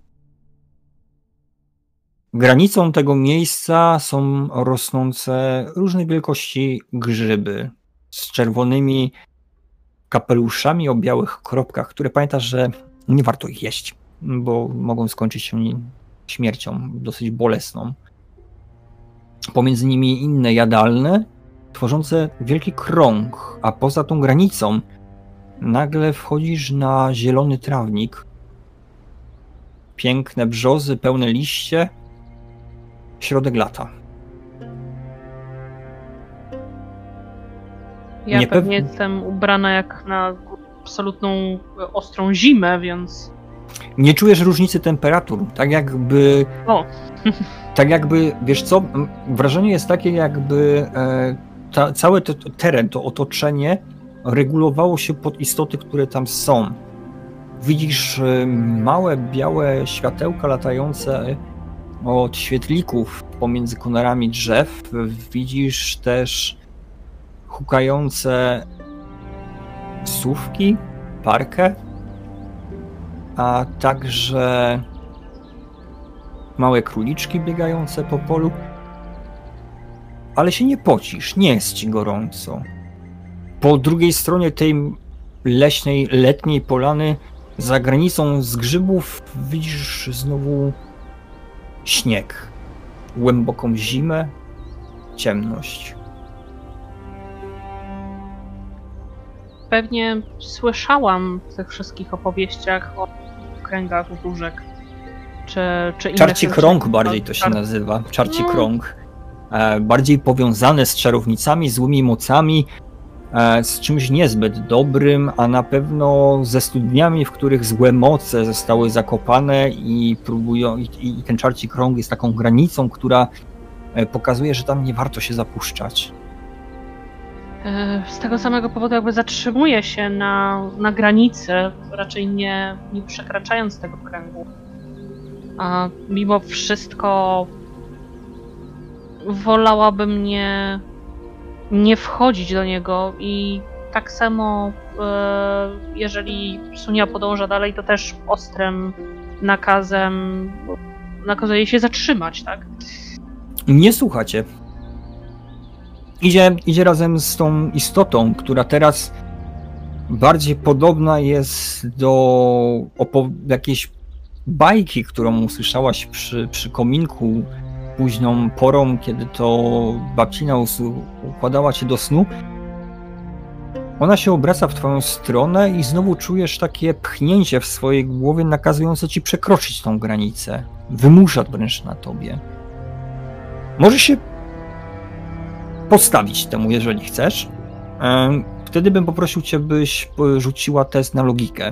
Granicą tego miejsca są rosnące różnej wielkości grzyby z czerwonymi kapeluszami o białych kropkach, które pamiętasz, że nie warto ich jeść, bo mogą skończyć się śmiercią dosyć bolesną. pomiędzy nimi inne jadalne, tworzące wielki krąg, a poza tą granicą nagle wchodzisz na zielony trawnik. Piękne brzozy, pełne liście, środek lata. Ja Nie pewnie pew- jestem ubrana jak na absolutną ostrą zimę, więc... Nie czujesz różnicy temperatur, tak jakby... O! Tak jakby, wiesz co, m, wrażenie jest takie, jakby e, ta, cały ten teren, to otoczenie regulowało się pod istoty, które tam są. Widzisz e, małe, białe światełka latające od świetlików pomiędzy konarami drzew. Widzisz też hukające sówki, parkę, a także małe króliczki biegające po polu. Ale się nie pocisz, nie jest ci gorąco. Po drugiej stronie tej leśnej, letniej polany, za granicą z grzybów, widzisz znowu śnieg, głęboką zimę, ciemność. Pewnie słyszałam w tych wszystkich opowieściach o kręgach wróżek. Czy, czy innych Czarci rzeczy. krąg bardziej to się Czar- nazywa. Czarci No. krąg. E, bardziej powiązane z czarownicami, złymi mocami, e, z czymś niezbyt dobrym, a na pewno ze studniami, w których złe moce zostały zakopane i próbują, i, i ten czarci krąg jest taką granicą, która e, pokazuje, że tam nie warto się zapuszczać. E, Z tego samego powodu jakby zatrzymuję się na, na granicy, raczej nie, nie przekraczając tego kręgu. A mimo wszystko wolałabym nie, nie wchodzić do niego i tak samo e, jeżeli Sunia podąża dalej, to też ostrym nakazem nakazuje się zatrzymać, tak? Nie słuchacie. Idzie, idzie razem z tą istotą, która teraz bardziej podobna jest do opo- jakiejś bajki, którą usłyszałaś przy, przy kominku późną porą, kiedy to babcina us- układała cię do snu. Ona się obraca w twoją stronę i znowu czujesz takie pchnięcie w swojej głowie nakazujące ci przekroczyć tą granicę. Wymusza wręcz na tobie. Możesz się postawić temu, jeżeli chcesz. Em, Wtedy bym poprosił cię, byś rzuciła test na logikę.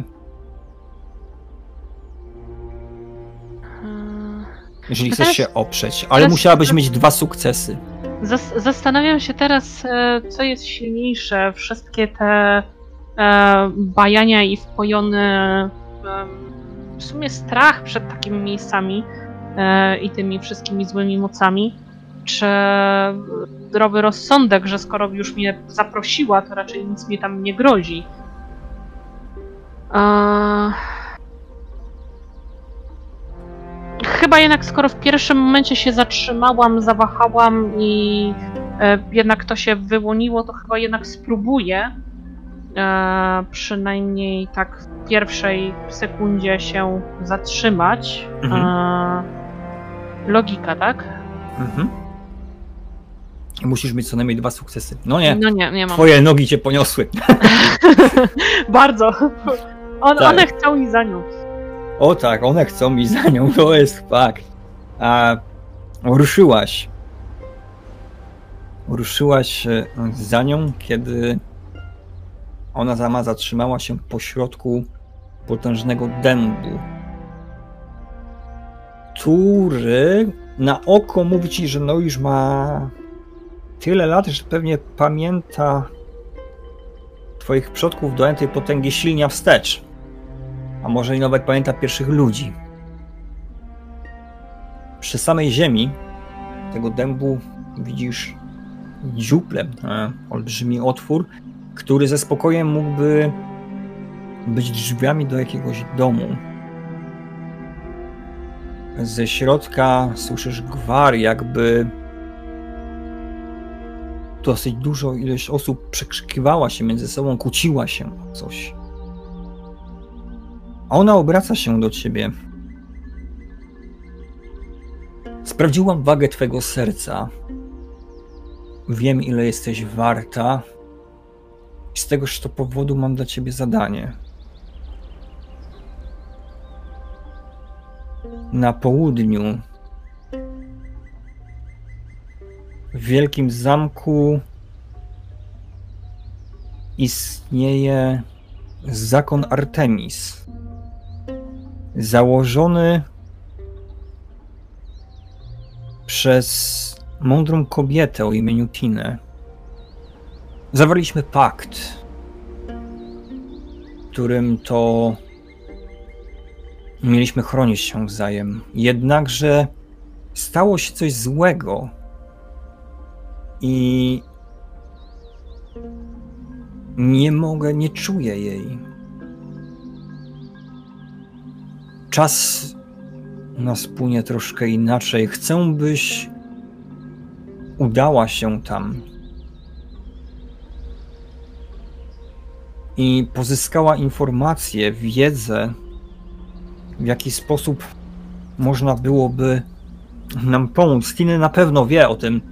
Jeżeli To chcesz teraz- się oprzeć, ale teraz- musiałabyś mieć dwa sukcesy. Zas- Zastanawiam się teraz, e, co jest silniejsze. Wszystkie te e, bajania i wpojony e, w sumie strach przed takimi miejscami e, i tymi wszystkimi złymi mocami, czy zdrowy rozsądek, że skoro już mnie zaprosiła, to raczej nic mi tam nie grozi. E, Chyba jednak, skoro w pierwszym momencie się zatrzymałam, zawahałam i e, jednak to się wyłoniło, to chyba jednak spróbuję e, przynajmniej tak w pierwszej sekundzie się zatrzymać. Mhm. E, logika, tak? Mhm. Musisz mieć co najmniej dwa sukcesy. No nie, No nie, nie mam. twoje nogi cię poniosły. Bardzo. On, Tak. One chcą i za nią. O tak, one chcą mi za nią, to jest fakt. A ruszyłaś. Ruszyłaś e, za nią, kiedy ona sama zatrzymała się pośrodku potężnego dębu, który na oko mówi ci, że no już ma tyle lat, że pewnie pamięta twoich przodków do tej potęgi silnia wstecz. A może i nawet pamięta pierwszych ludzi. Przy samej ziemi tego dębu widzisz dziuplę, e, olbrzymi otwór, który ze spokojem mógłby być drzwiami do jakiegoś domu. Ze środka słyszysz gwar, jakby dosyć dużo ilość osób przekrzykiwała się między sobą, kłóciła się o coś. A ona obraca się do ciebie. Sprawdziłam wagę twego serca wiem, ile jesteś warta i z tegoż to powodu mam dla ciebie zadanie. Na południu, w wielkim zamku, istnieje zakon Artemis, założony przez mądrą kobietę o imieniu Tinę. Zawarliśmy pakt, którym to mieliśmy chronić się wzajem. Jednakże stało się coś złego i nie mogę, nie czuję jej. Czas nas płynie troszkę inaczej. Chcę, byś udała się tam i pozyskała informacje, wiedzę, w jaki sposób można byłoby nam pomóc. Tina na pewno wie o tym.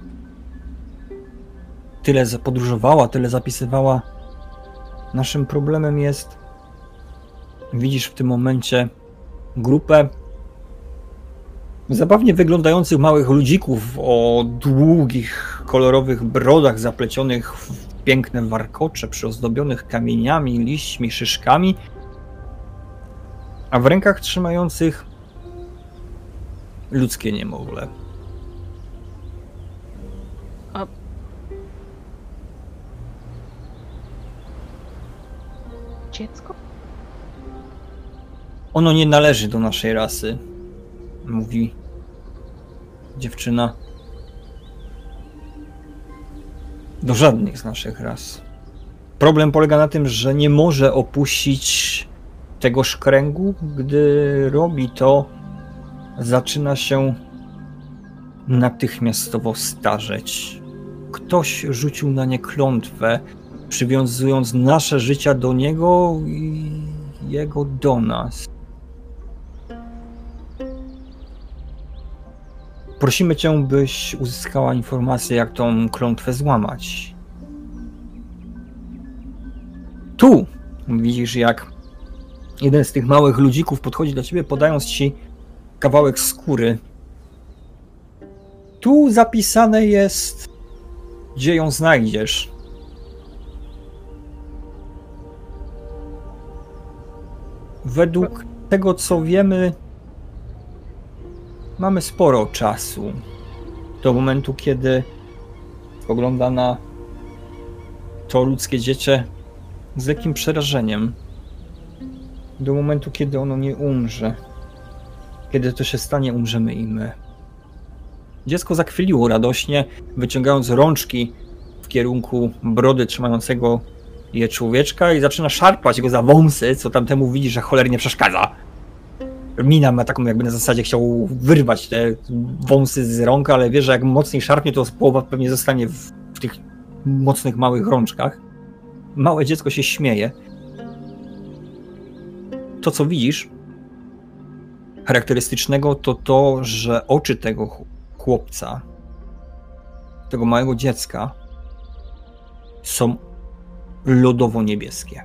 Tyle podróżowała, tyle zapisywała. Naszym problemem jest, widzisz w tym momencie grupę zabawnie wyglądających małych ludzików o długich, kolorowych brodach zaplecionych w piękne warkocze, przyozdobionych kamieniami, liśćmi, szyszkami, a w rękach trzymających ludzkie niemowlę. A... Dziecko? Ono nie należy do naszej rasy, mówi dziewczyna. Do żadnych z naszych ras. Problem polega na tym, że nie może opuścić tegoż kręgu. Gdy robi to, zaczyna się natychmiastowo starzeć. Ktoś rzucił na nie klątwę, przywiązując nasze życia do niego i jego do nas. Prosimy cię, byś uzyskała informację, jak tą klątwę złamać. Tu widzisz, jak jeden z tych małych ludzików podchodzi do ciebie, podając ci kawałek skóry. Tu zapisane jest, gdzie ją znajdziesz. Według tego, co wiemy, mamy sporo czasu. Do momentu, kiedy spogląda na to ludzkie dziecię z lekkim przerażeniem. Do momentu, kiedy ono nie umrze. Kiedy to się stanie, umrzemy i my. Dziecko zakwiliło radośnie, wyciągając rączki w kierunku brody trzymającego je człowieczka i zaczyna szarpać go za wąsy, co tamtemu widzi, że cholernie przeszkadza. Mina ma taką, jakby na zasadzie chciał wyrwać te wąsy z rąk, ale wie, że jak mocniej szarpnie, to połowa pewnie zostanie w, w tych mocnych, małych rączkach. Małe dziecko się śmieje. To, co widzisz charakterystycznego, to to, że oczy tego chłopca, tego małego dziecka są lodowo-niebieskie.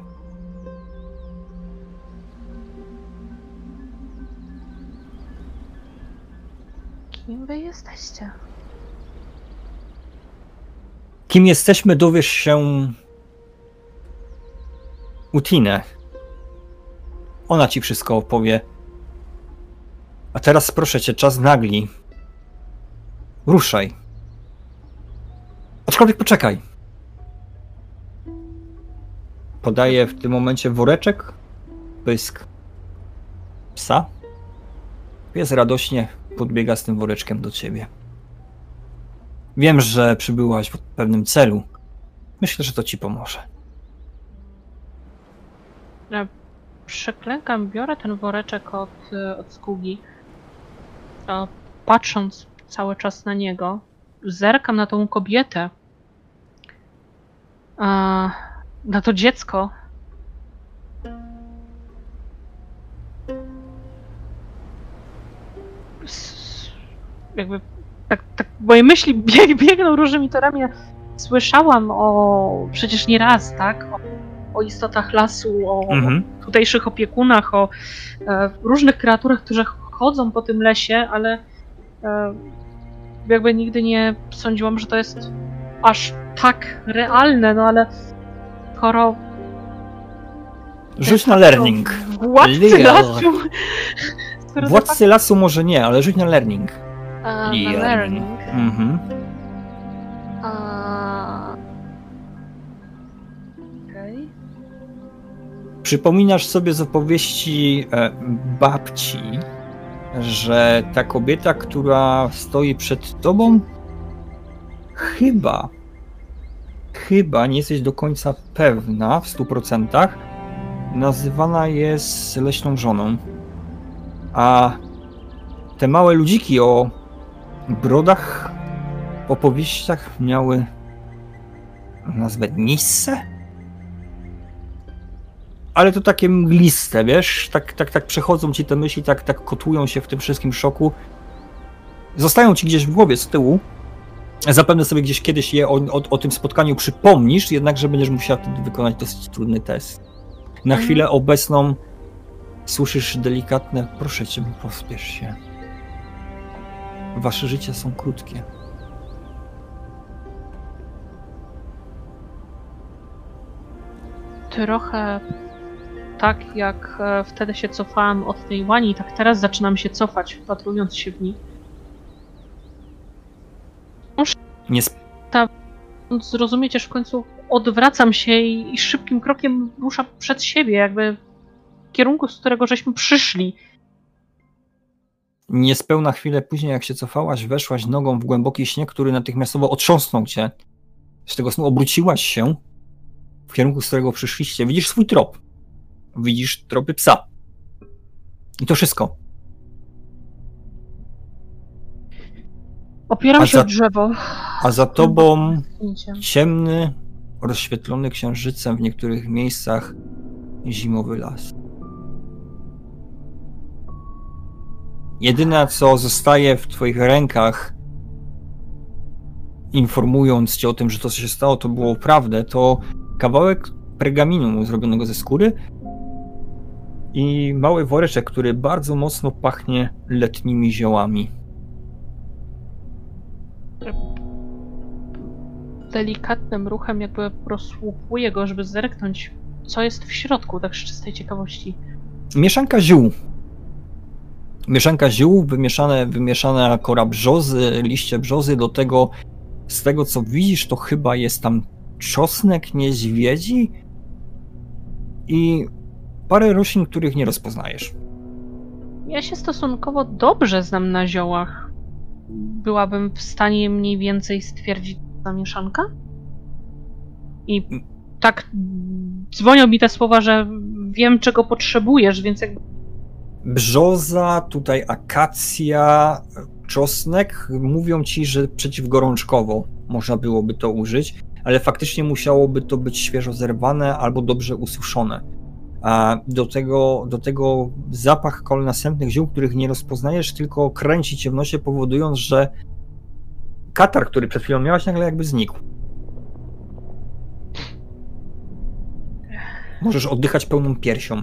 Kim wy jesteście? Kim jesteśmy, dowiesz się u Tiny. Ona ci wszystko opowie. A teraz proszę cię, czas nagli. Ruszaj. Aczkolwiek poczekaj. Podaje w tym momencie woreczek. Pysk psa. Pies radośnie podbiega z tym woreczkiem do ciebie. Wiem, że przybyłaś w pewnym celu. Myślę, że to ci pomoże. Ja przeklękam, biorę ten woreczek od, od Skugi. A patrząc cały czas na niego, zerkam na tą kobietę. A, na to dziecko. Jakby tak, tak moje myśli bieg, biegną różnymi torami. słyszałam o, przecież nie raz, tak, o, o istotach lasu, o Mhm. tutejszych opiekunach, o e, różnych kreaturach, które chodzą po tym lesie, ale e, jakby nigdy nie sądziłam, że to jest aż tak realne, no ale skoro Rzuć na learning. władcy Legal. lasu... skoro de Władcy lasu może nie, ale rzuć na learning. A, na Learning. learning. Mhm. A... Okej. Przypominasz sobie z opowieści e, babci, że ta kobieta, która stoi przed tobą, chyba, chyba, nie jesteś do końca pewna w stu procentach, nazywana jest leśną żoną. A te małe ludziki o brodach w opowieściach miały nazwę Nisse? Ale to takie mgliste, wiesz? Tak, tak, tak przechodzą ci te myśli, tak, tak kotłują się w tym wszystkim szoku. Zostają ci gdzieś w głowie z tyłu. Zapewne sobie gdzieś kiedyś je o, o, o tym spotkaniu przypomnisz, jednakże będziesz musiała wtedy wykonać dosyć trudny test. Na Mhm. chwilę obecną słyszysz delikatne: proszę cię, pospiesz się. Wasze życia są krótkie. Trochę tak jak e, wtedy się cofałam od tej łani, tak teraz zaczynam się cofać, wpatrując się w nich. Nie sp- Zrozumieć, aż w końcu odwracam się i, i szybkim krokiem ruszam przed siebie, jakby w kierunku, z którego żeśmy przyszli. Niespełna chwilę później, jak się cofałaś, weszłaś nogą w głęboki śnieg, który natychmiastowo otrząsnął cię. Z tego snu obróciłaś się w kierunku, z którego przyszliście. Widzisz swój trop. Widzisz tropy psa. I to wszystko. Opieram A się za- o drzewo. A za tobą Zdjęcie. ciemny, rozświetlony księżycem w niektórych miejscach zimowy las. Jedyne, co zostaje w twoich rękach, informując cię o tym, że to, co się stało, to było prawdę, to kawałek pergaminu zrobionego ze skóry i mały woreczek, który bardzo mocno pachnie letnimi ziołami. Delikatnym ruchem jakby prosłuchuję go, żeby zerknąć, co jest w środku, tak z czystej ciekawości. Mieszanka ziół. Mieszanka ziół, wymieszane, wymieszana kora brzozy, liście brzozy, do tego, z tego co widzisz, to chyba jest tam czosnek niedźwiedzi i parę roślin, których nie rozpoznajesz. Ja się stosunkowo dobrze znam na ziołach. Byłabym w stanie mniej więcej stwierdzić, co ta mieszanka? I tak dzwonią mi te słowa, że wiem, czego potrzebujesz, więc jakby... Brzoza, tutaj akacja, czosnek, mówią ci, że przeciwgorączkowo można byłoby to użyć, ale faktycznie musiałoby to być świeżo zerwane albo dobrze ususzone. A do tego, do tego zapach kol następnych ziół, których nie rozpoznajesz, tylko kręci cię w nosie, powodując, że katar, który przed chwilą miałaś, nagle jakby znikł. Możesz oddychać pełną piersią.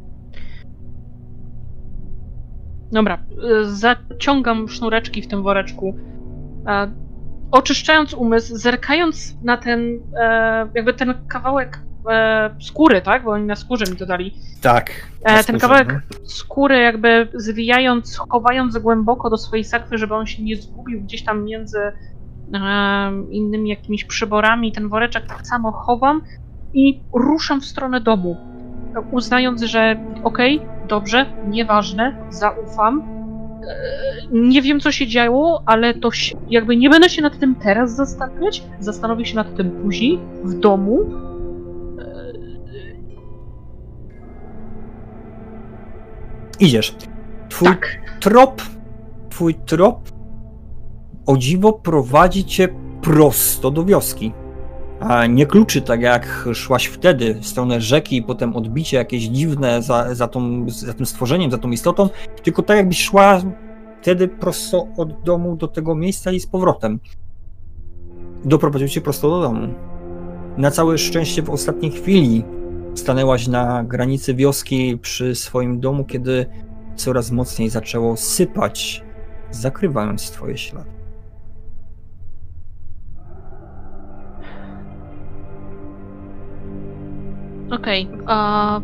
Dobra, y, zaciągam sznureczki w tym woreczku. E, oczyszczając umysł, zerkając na ten, e, jakby ten kawałek e, skóry, tak? Bo oni na skórze mi to dali. Tak. E, ten kawałek skóry jakby zwijając, chowając głęboko do swojej sakwy, żeby on się nie zgubił gdzieś tam między e, innymi jakimiś przyborami. Ten woreczek tak samo chowam i ruszam w stronę domu. Uznając, że okej, okay, dobrze, nieważne, zaufam. E, nie wiem, co się działo, ale to się, jakby nie będę się nad tym teraz zastanawiać. Zastanowię się nad tym później, w domu. Idziesz. Twój Tak. trop, twój trop, o dziwo, prowadzi cię prosto do wioski. A nie kluczy tak jak szłaś wtedy w stronę rzeki i potem odbicie jakieś dziwne za, za, tą, za tym stworzeniem, za tą istotą, tylko tak jakbyś szła wtedy prosto od domu do tego miejsca i z powrotem. doprowadził cię prosto do domu. Na całe szczęście w ostatniej chwili stanęłaś na granicy wioski przy swoim domu, kiedy coraz mocniej zaczęło sypać, zakrywając twoje ślady. Okej. Okay.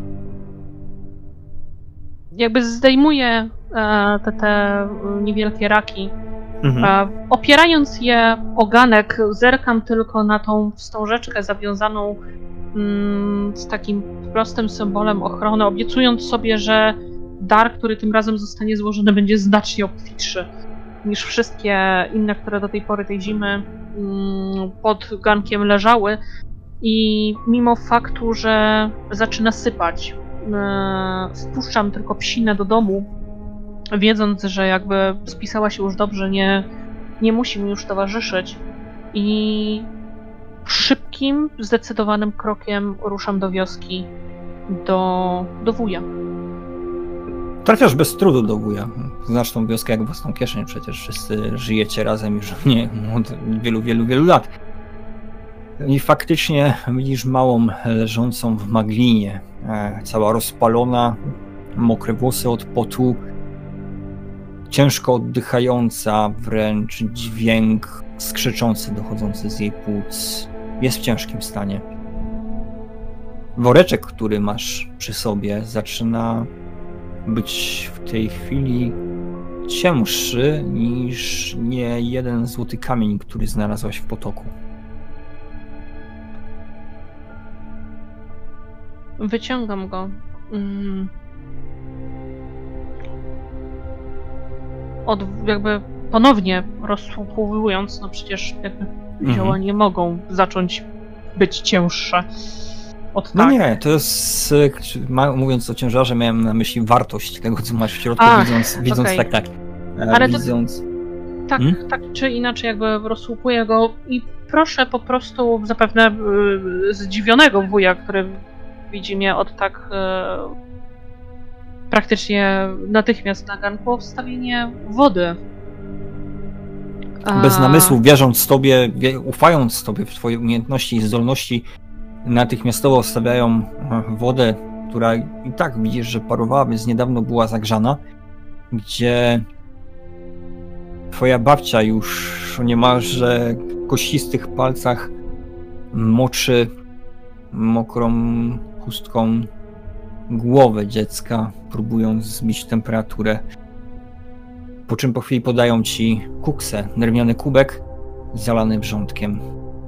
Jakby zdejmuję e, te, te niewielkie raki. Mhm. E, opierając je o ganek, zerkam tylko na tą wstążeczkę zawiązaną mm, z takim prostym symbolem ochrony, obiecując sobie, że dar, który tym razem zostanie złożony, będzie znacznie obfitszy niż wszystkie inne, które do tej pory tej zimy mm, pod gankiem leżały. I mimo faktu, że zaczyna sypać, yy, spuszczam tylko psinę do domu, wiedząc, że jakby spisała się już dobrze, nie, nie musi mi już towarzyszyć. I szybkim, zdecydowanym krokiem ruszam do wioski, do, do wuja. Trafiasz bez trudu do wuja. Znasz tą wioskę jak własną kieszeń, przecież wszyscy żyjecie razem już nie, od wielu, wielu, wielu lat. I faktycznie widzisz małą leżącą w maglinie, e, cała rozpalona, mokre włosy od potu, ciężko oddychająca, wręcz dźwięk skrzyczący dochodzący z jej płuc. Jest w ciężkim stanie. Woreczek, który masz przy sobie, zaczyna być w tej chwili cięższy niż nie jeden złoty kamień, który znalazłaś w potoku. Wyciągam go. Mm. Od, jakby ponownie rozsłuchując, no przecież jakby zioła mhm. nie mogą zacząć być cięższe. Od no tak. nie, to jest, mówiąc o ciężarze, miałem na myśli wartość tego, co masz w środku, Ach, widząc, widząc okay. tak, tak. Ale widząc... to, tak, hmm? tak czy inaczej jakby rozsłuchuję go i proszę po prostu zapewne yy, zdziwionego wuja, który widzi mnie od tak e, praktycznie natychmiast na ganku, o wstawienie wody. A... Bez namysłu, wierząc tobie, wie, ufając tobie w twoje umiejętności i zdolności, natychmiastowo wstawiają wodę, która i tak widzisz, że parowała, więc niedawno była zagrzana, gdzie twoja babcia już o niemalże kościstych palcach moczy mokrą chustką głowę dziecka, próbując zbić temperaturę. Po czym po chwili podają ci kuksę, drewniany kubek zalany wrzątkiem.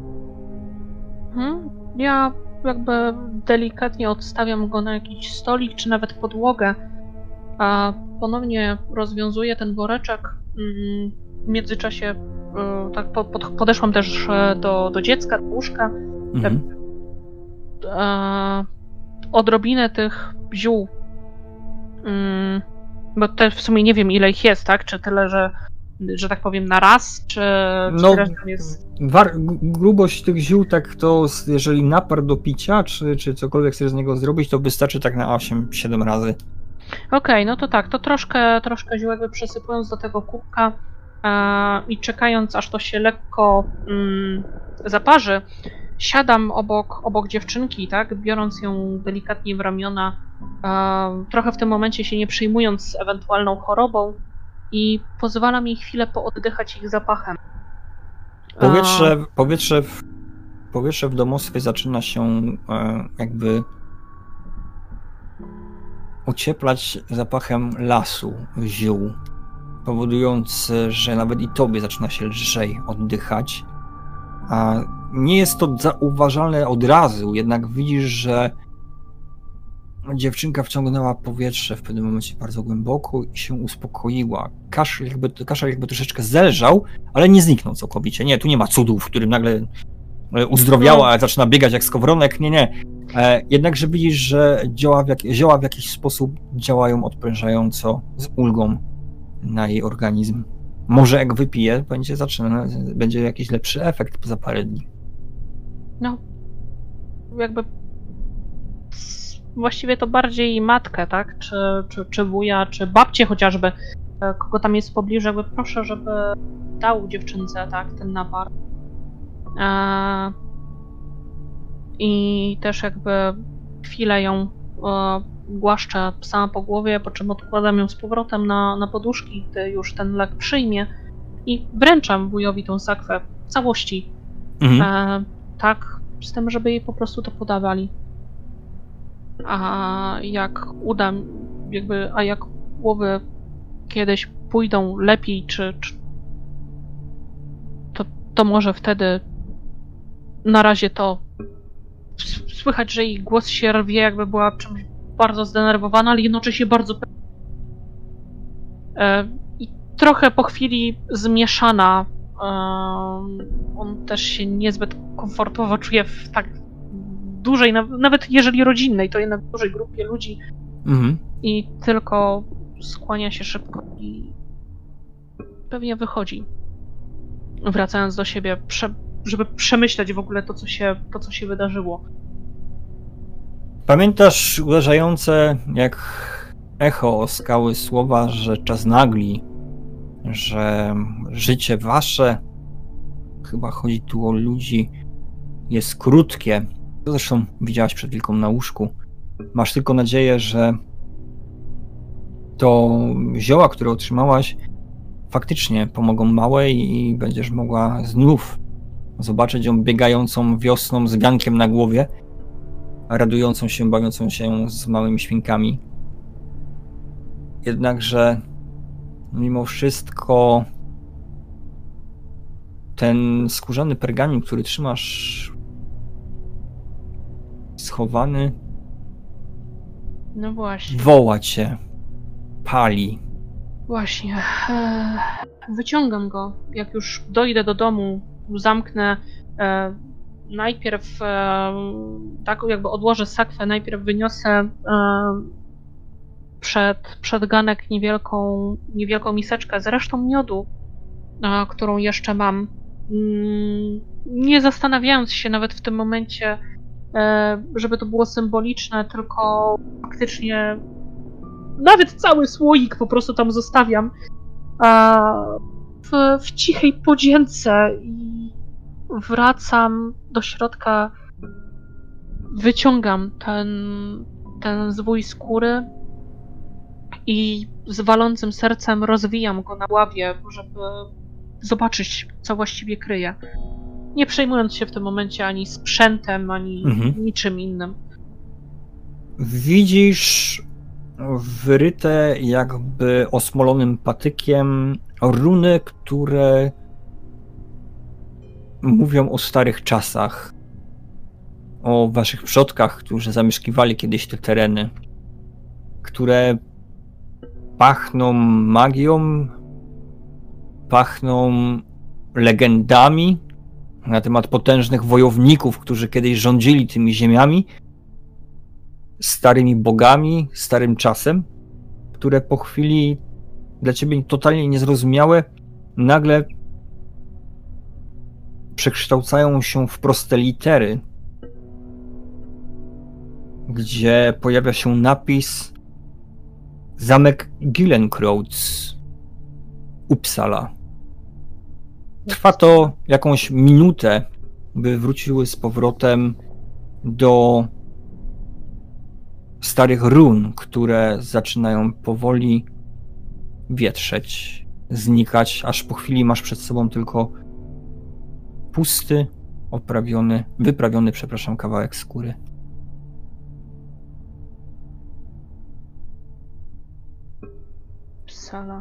Hmm, ja jakby delikatnie odstawiam go na jakiś stolik, czy nawet podłogę, a ponownie rozwiązuję ten woreczek. W międzyczasie tak podeszłam też do, do dziecka, do łóżka. Mhm. E, odrobinę tych ziół, mm, bo też w sumie nie wiem ile ich jest, tak? Czy tyle, że, że tak powiem na raz, czy, no, czy reszta jest... War, grubość tych ziół, tak to jeżeli napar do picia, czy, czy cokolwiek chcesz z niego zrobić, to wystarczy tak na osiem siedem razy. Okej, okay, no to tak, to troszkę, troszkę ziół jakby przesypując do tego kubka e, i czekając aż to się lekko mm, zaparzy, siadam obok, obok dziewczynki, tak, biorąc ją delikatnie w ramiona, e, trochę w tym momencie się nie przejmując ewentualną chorobą i pozwalam jej chwilę pooddychać ich zapachem. Powietrze, e... powietrze, w, powietrze w domostwie zaczyna się e, jakby ocieplać zapachem lasu, ziół, powodując, że nawet i tobie zaczyna się lżej oddychać. A nie jest to zauważalne od razu, jednak widzisz, że dziewczynka wciągnęła powietrze w pewnym momencie bardzo głęboko i się uspokoiła. Kaszel jakby, kaszel jakby troszeczkę zelżał, ale nie zniknął całkowicie. Nie, tu nie ma cudów, w którym nagle uzdrowiała, a zaczyna biegać jak skowronek. Nie, nie. E, jednakże widzisz, że zioła w, jak, zioła w jakiś sposób działają odprężająco z ulgą na jej organizm. Może jak wypije, będzie zaczyna, będzie jakiś lepszy efekt za parę dni. No, jakby właściwie to bardziej matkę, tak? Czy, czy, czy wuja, czy babcię chociażby, kogo tam jest w pobliżu, jakby proszę, żeby dał dziewczynce, tak, ten napar. E, I też jakby chwilę ją e, głaszczę sama po głowie, po czym odkładam ją z powrotem na, na poduszki, gdy już ten lek przyjmie i wręczam wujowi tą sakwę w całości. Mhm. E, tak, z tym, żeby jej po prostu to podawali. A jak uda, jakby, a jak głowy kiedyś pójdą lepiej, czy, czy to, to może wtedy na razie to słychać, że jej głos się rwie, jakby była czymś bardzo zdenerwowana, ale jednocześnie bardzo e, i trochę po chwili zmieszana. E, on też się niezbyt komfortowo czuje w tak dużej, nawet jeżeli rodzinnej, to jednak w dużej grupie ludzi Mhm. i tylko skłania się szybko i pewnie wychodzi, wracając do siebie, prze, żeby przemyśleć w ogóle to co, się, to, co się wydarzyło. Pamiętasz uderzające jak echo o skały słowa, że czas nagli, że życie wasze, chyba chodzi tu o ludzi, jest krótkie. To zresztą widziałaś przed wilką na łóżku. Masz tylko nadzieję, że to zioła, które otrzymałaś, faktycznie pomogą małej i będziesz mogła znów zobaczyć ją biegającą wiosną z wiankiem na głowie, radującą się, bawiącą się z małymi świnkami. Jednakże mimo wszystko ten skórzany pergamin, który trzymasz schowany, No właśnie. woła cię, pali. Właśnie. E, wyciągam go. Jak już dojdę do domu, zamknę. E, najpierw e, tak jakby odłożę sakwę, najpierw wyniosę e, przed, przed ganek niewielką, niewielką miseczkę z resztą miodu, e, którą jeszcze mam. Mm, nie zastanawiając się nawet w tym momencie, e, żeby to było symboliczne, tylko faktycznie nawet cały słoik po prostu tam zostawiam a w, w cichej podzięce i wracam do środka, wyciągam ten, ten zwój skóry i z walącym sercem rozwijam go na ławie, żeby zobaczyć, co właściwie kryje. Nie przejmując się w tym momencie ani sprzętem, ani Mhm. niczym innym. Widzisz wyryte jakby osmolonym patykiem runy, które mówią o starych czasach, o waszych przodkach, którzy zamieszkiwali kiedyś te tereny, które pachną magią, pachną legendami na temat potężnych wojowników, którzy kiedyś rządzili tymi ziemiami, starymi bogami, starym czasem, które po chwili dla ciebie totalnie niezrozumiałe nagle przekształcają się w proste litery, gdzie pojawia się napis Zamek Gyllenkreuz, Uppsala. Trwa to jakąś minutę, by wróciły z powrotem do starych run, które zaczynają powoli wietrzeć, znikać, aż po chwili masz przed sobą tylko pusty, oprawiony, wyprawiony, przepraszam, kawałek skóry. Uppsala.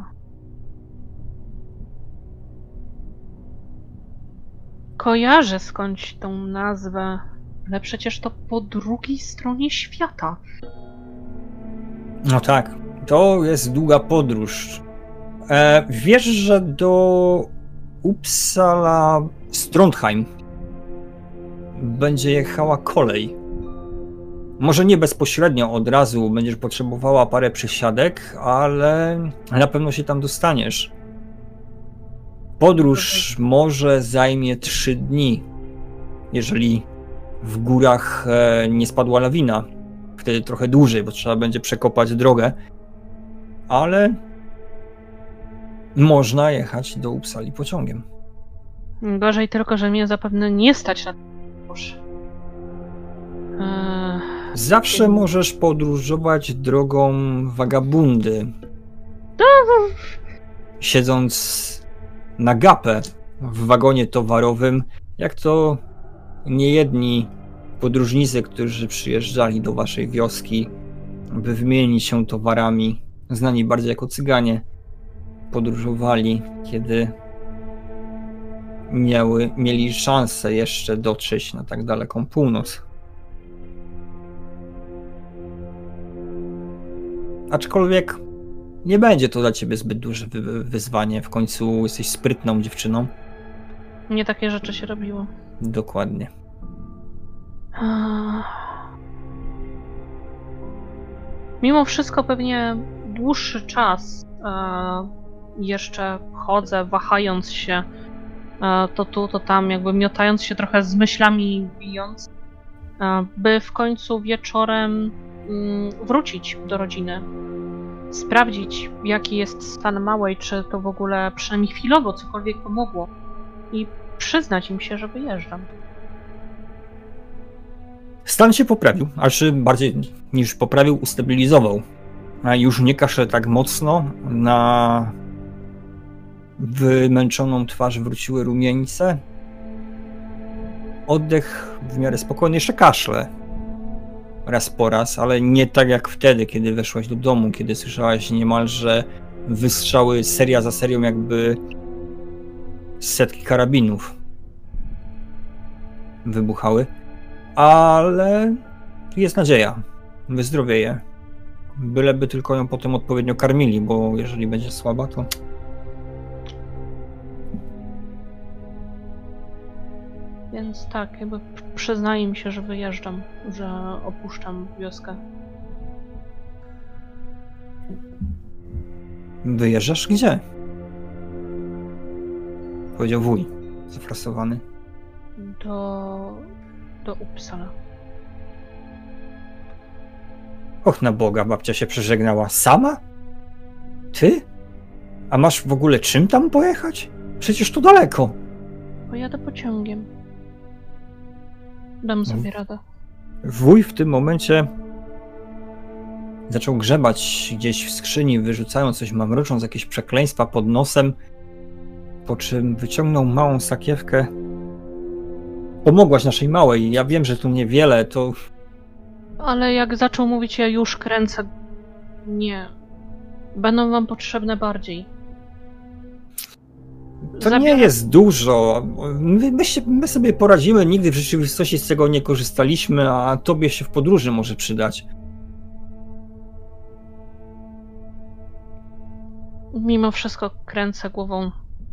Kojarzę skądś tą nazwę, ale przecież to po drugiej stronie świata. No tak, to jest długa podróż. E, wiesz, że do Uppsala z Trondheim będzie jechała kolej. Może nie bezpośrednio od razu, będziesz potrzebowała parę przysiadek, ale na pewno się tam dostaniesz. Podróż może zajmie trzy dni, jeżeli w górach e, nie spadła lawina. Wtedy trochę dłużej, bo trzeba będzie przekopać drogę, ale można jechać do Uppsali pociągiem. Gorzej tylko, że mnie zapewne nie stać na podróż. Eee, Zawsze tym... możesz podróżować drogą wagabundy. Siedząc na gapę w wagonie towarowym, jak to niejedni podróżnicy, którzy przyjeżdżali do waszej wioski, by wymienić się towarami, znani bardziej jako cyganie, podróżowali, kiedy miały, mieli szansę jeszcze dotrzeć na tak daleką północ. Aczkolwiek nie będzie to dla ciebie zbyt duże wy- wyzwanie. W końcu jesteś sprytną dziewczyną. Nie takie rzeczy się robiło. Dokładnie. Eee... Mimo wszystko pewnie dłuższy czas e, jeszcze chodzę, wahając się e, to tu, to tam, jakby miotając się trochę z myślami, bijąc, e, by w końcu wieczorem mm, wrócić do rodziny. Sprawdzić, jaki jest stan małej, czy to w ogóle przynajmniej chwilowo cokolwiek pomogło i przyznać im się, że wyjeżdżam. Stan się poprawił, aż bardziej niż poprawił, ustabilizował. A już nie kasze tak mocno, na wymęczoną twarz wróciły rumieńce. Oddech w miarę spokojny, jeszcze kaszle. Raz po raz, ale nie tak jak wtedy, kiedy weszłaś do domu, kiedy słyszałaś niemalże wystrzały seria za serią, jakby setki karabinów wybuchały. Ale jest nadzieja. Wyzdrowieje. Byleby tylko ją potem odpowiednio karmili, bo jeżeli będzie słaba, to... Więc tak, jakby przyznaję mi się, że wyjeżdżam, że opuszczam wioskę. Wyjeżdżasz gdzie? Powiedział wuj, zafrasowany. Do... do Uppsala. Och, na Boga, babcia się przeżegnała. Sama? Ty? A masz w ogóle czym tam pojechać? Przecież to daleko. Pojadę pociągiem. Dam sobie radę. Wuj w tym momencie zaczął grzebać gdzieś w skrzyni, wyrzucając coś, mamrocząc jakieś przekleństwa pod nosem, po czym wyciągnął małą sakiewkę. Pomogłaś naszej małej, ja wiem, że tu niewiele, to... Ale jak zaczął mówić, ja już kręcę. Nie. Będą wam potrzebne bardziej. To Zabiorę... nie jest dużo. My, my, się, my sobie poradzimy, nigdy w rzeczywistości z tego nie korzystaliśmy, a tobie się w podróży może przydać. Mimo wszystko kręcę głową.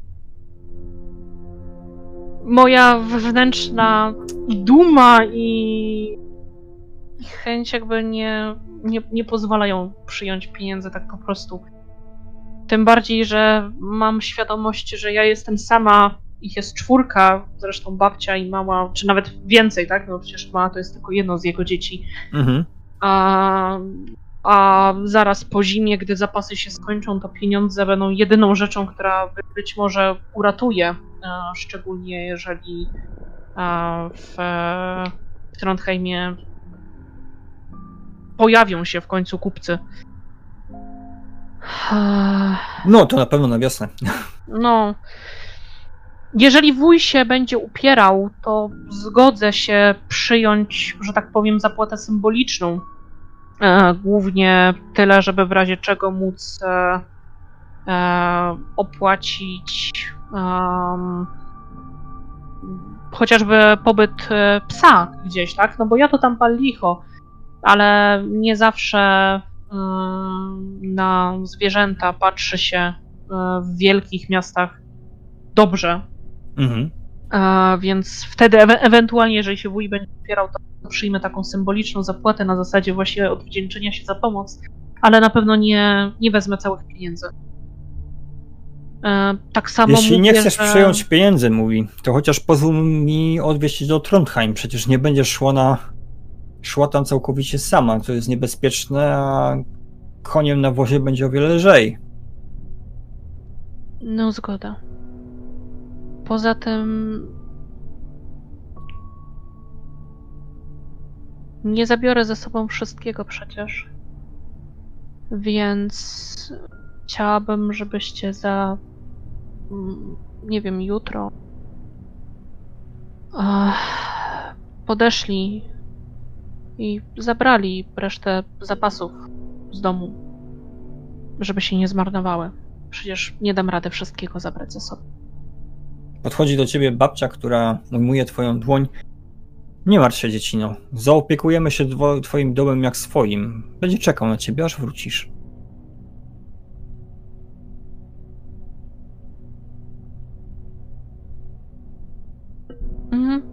Moja wewnętrzna duma i, i chęć jakby nie, nie, nie pozwalają przyjąć pieniędzy tak po prostu. Tym bardziej, że mam świadomość, że ja jestem sama, ich jest czwórka, zresztą babcia i mama, czy nawet więcej, tak? No przecież mama to jest tylko jedno z jego dzieci. Mhm. A, a zaraz po zimie, gdy zapasy się skończą, to pieniądze będą jedyną rzeczą, która być może uratuje, szczególnie jeżeli w Trondheimie pojawią się w końcu kupcy. No, to na pewno na wiosnę. No. Jeżeli wuj się będzie upierał, to zgodzę się przyjąć, że tak powiem, zapłatę symboliczną. E, głównie tyle, żeby w razie czego móc e, e, opłacić um, chociażby pobyt e, psa gdzieś, tak? No bo ja to tam pal licho, ale nie zawsze na zwierzęta patrzy się w wielkich miastach dobrze. Mhm. A więc wtedy e- ewentualnie, jeżeli się wuj będzie opierał, to przyjmę taką symboliczną zapłatę na zasadzie właśnie odwdzięczenia się za pomoc, ale na pewno nie, nie wezmę całych pieniędzy. E, tak samo Jeśli mówię, nie chcesz że... przyjąć pieniędzy, mówi, to chociaż pozwól mi odwieźć cię do Trondheim. Przecież nie będziesz szła na szła tam całkowicie sama, to jest niebezpieczne, a koniem na wozie będzie o wiele lżej. No, zgoda. Poza tym nie zabiorę ze sobą wszystkiego przecież. Więc chciałabym, żebyście za, nie wiem, jutro podeszli i zabrali resztę zapasów z domu, żeby się nie zmarnowały. Przecież nie dam rady wszystkiego zabrać ze sobą. Podchodzi do ciebie babcia, która ujmuje twoją dłoń. Nie martw się, dziecino. Zaopiekujemy się dwo- twoim domem jak swoim. Będzie czekał na ciebie, aż wrócisz. Mhm.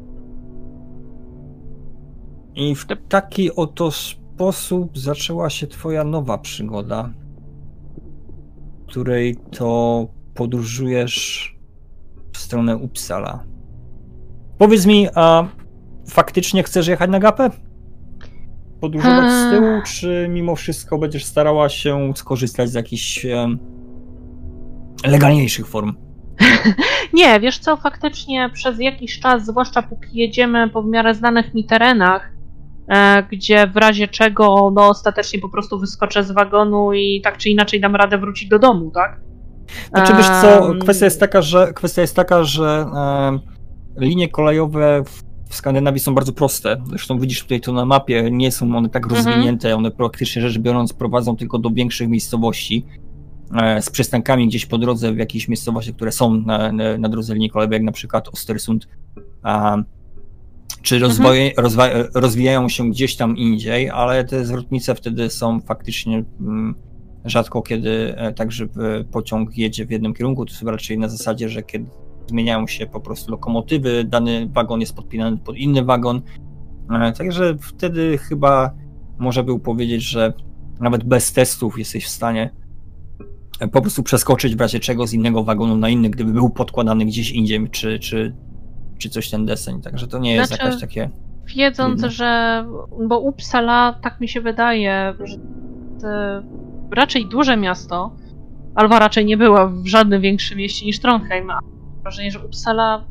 I w taki oto sposób zaczęła się twoja nowa przygoda, w której to podróżujesz w stronę Uppsala. Powiedz mi, a faktycznie chcesz jechać na Gapę? Podróżować z tyłu, czy mimo wszystko będziesz starała się skorzystać z jakichś um, legalniejszych form? Nie, wiesz co, faktycznie przez jakiś czas, zwłaszcza póki jedziemy po w miarę znanych mi terenach, e, gdzie w razie czego, no ostatecznie po prostu wyskoczę z wagonu i tak czy inaczej dam radę wrócić do domu, tak? Znaczy wiesz co, kwestia jest taka, że, kwestia jest taka, że e, linie kolejowe w, w Skandynawii są bardzo proste. Zresztą widzisz tutaj to na mapie, nie są one tak rozwinięte, mhm. One praktycznie rzecz biorąc prowadzą tylko do większych miejscowości, z przystankami gdzieś po drodze w jakichś miejscowościach, które są na, na, na drodze linii kolejowej, jak na przykład Ostersund, a, czy rozwoje, mhm. rozwa, rozwijają się gdzieś tam indziej, ale te zwrotnice wtedy są faktycznie m, rzadko kiedy tak, że pociąg jedzie w jednym kierunku, to jest raczej na zasadzie, że kiedy zmieniają się po prostu lokomotywy, dany wagon jest podpinany pod inny wagon, a, także wtedy chyba można by powiedzieć, że nawet bez testów jesteś w stanie po prostu przeskoczyć w razie czego z innego wagonu na inny, gdyby był podkładany gdzieś indziej, czy, czy, czy coś ten deseń, także to nie jest znaczy, jakaś takie... Wiedząc, trudne. Że... bo Uppsala, tak mi się wydaje, że to raczej duże miasto, Alva raczej nie była w żadnym większym mieście niż Trondheim, a mam wrażenie, że Uppsala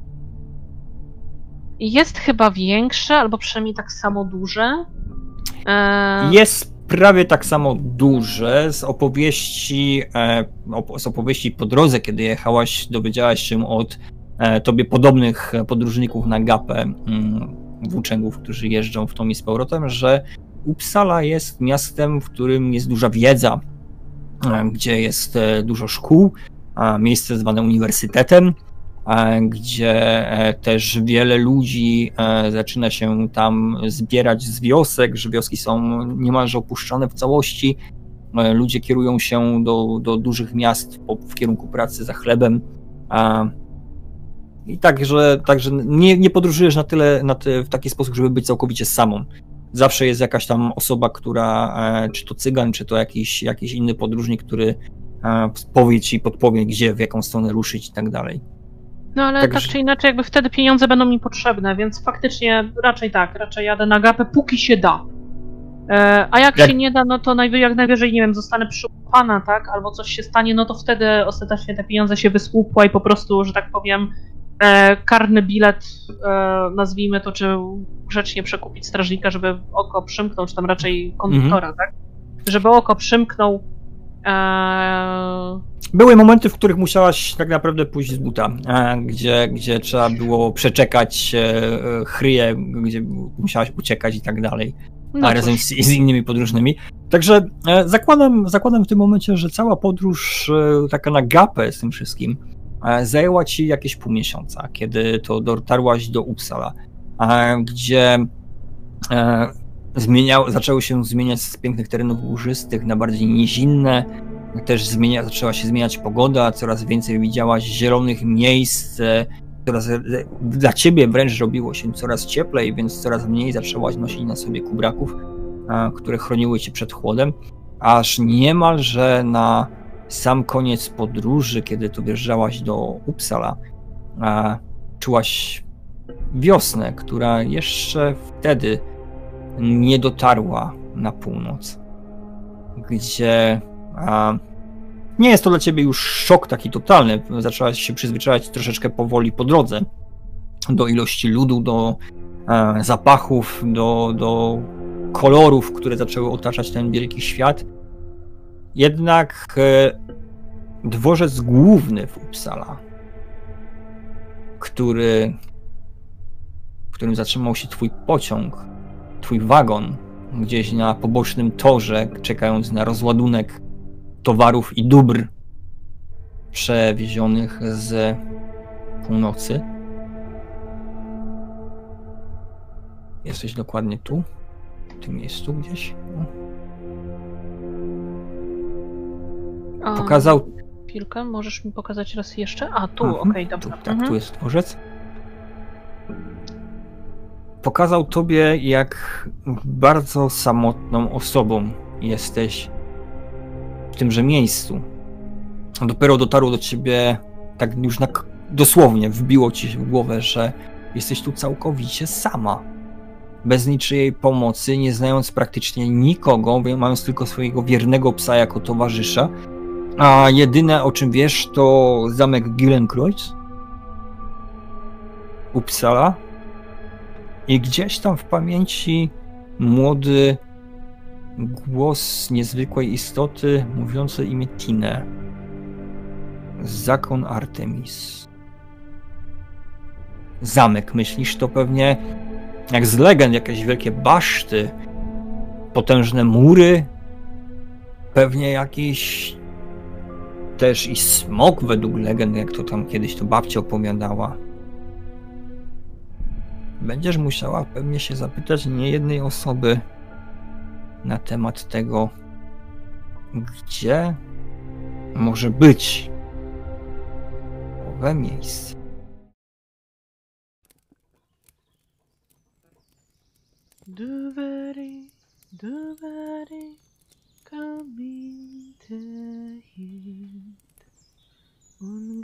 jest chyba większe, albo przynajmniej tak samo duże. E... Jest prawie tak samo duże. Z opowieści, z opowieści po drodze, kiedy jechałaś, dowiedziałaś się od tobie podobnych podróżników na Gapę, włóczęgów, którzy jeżdżą w tą i z powrotem, że Uppsala jest miastem, w którym jest duża wiedza, gdzie jest dużo szkół, miejsce zwane uniwersytetem, gdzie też wiele ludzi zaczyna się tam zbierać z wiosek, że wioski są niemalże opuszczone w całości. Ludzie kierują się do, do dużych miast w kierunku pracy za chlebem. I także, także nie, nie podróżujesz na tyle, na ty, w taki sposób, żeby być całkowicie samą. Zawsze jest jakaś tam osoba, która, czy to cygan, czy to jakiś, jakiś inny podróżnik, który powie ci, podpowie, gdzie, w jaką stronę ruszyć i tak dalej. No ale tak, tak czy inaczej, jakby wtedy pieniądze będą mi potrzebne, więc faktycznie raczej tak, raczej jadę na Gapę, póki się da. E, a jak, jak się nie da, no to najwy, jak najwyżej, nie wiem, zostanę przyłapana, tak, albo coś się stanie, no to wtedy ostatecznie te pieniądze się wysłupła i po prostu, że tak powiem, e, karny bilet, e, nazwijmy to, czy grzecznie przekupić strażnika, żeby oko przymknął, czy tam raczej konduktora, mhm. tak, żeby oko przymknął. Eee... Były momenty, w których musiałaś tak naprawdę pójść z buta, gdzie, gdzie trzeba było przeczekać chryje, gdzie musiałaś uciekać i tak dalej, no a razem z, z innymi podróżnymi. Także zakładam, zakładam w tym momencie, że cała podróż taka na Gapę z tym wszystkim zajęła ci jakieś pół miesiąca, kiedy to dotarłaś do Uppsala, gdzie Zmieniał, zaczęły się zmieniać z pięknych terenów górzystych na bardziej nizinne. Też zmienia, zaczęła się zmieniać pogoda, coraz więcej widziałaś zielonych miejsc, coraz, dla ciebie wręcz robiło się coraz cieplej, więc coraz mniej zaczęłaś nosić na sobie kubraków, które chroniły cię przed chłodem, aż niemalże na sam koniec podróży, kiedy tu wjeżdżałaś do Uppsala, czułaś wiosnę, która jeszcze wtedy nie dotarła na północ, gdzie a, Nie jest to dla ciebie już szok taki totalny. Zaczęłaś się przyzwyczajać troszeczkę powoli po drodze do ilości ludu, do e, zapachów, do, do kolorów, które zaczęły otaczać ten wielki świat. Jednak e, dworzec główny w Uppsala, który, w którym zatrzymał się twój pociąg, twój wagon, gdzieś na pobocznym torze, czekając na rozładunek towarów i dóbr przewiezionych z północy. Jesteś dokładnie tu, w tym miejscu gdzieś. Pokazał... Chwilkę, możesz mi pokazać raz jeszcze? A, tu, mhm, okej, okay, dobra. Tu, tak, mhm. tu jest dworzec. Pokazał tobie, jak bardzo samotną osobą jesteś w tymże miejscu. Dopiero dotarło do ciebie, tak już na, dosłownie wbiło ci się w głowę, że jesteś tu całkowicie sama. Bez niczyjej pomocy, nie znając praktycznie nikogo, mając tylko swojego wiernego psa jako towarzysza. A jedyne, o czym wiesz, to zamek Gillenkreuz, Uppsala. I gdzieś tam w pamięci młody głos niezwykłej istoty mówiący imię Tine. Zakon Artemis. Zamek, myślisz, to pewnie jak z legend, jakieś wielkie baszty, potężne mury, pewnie jakiś też i smok według legend, jak to tam kiedyś to babcia opowiadała. Będziesz musiała pewnie się zapytać niejednej osoby na temat tego, gdzie może być owe miejsce. Du very, du very, come in to hit.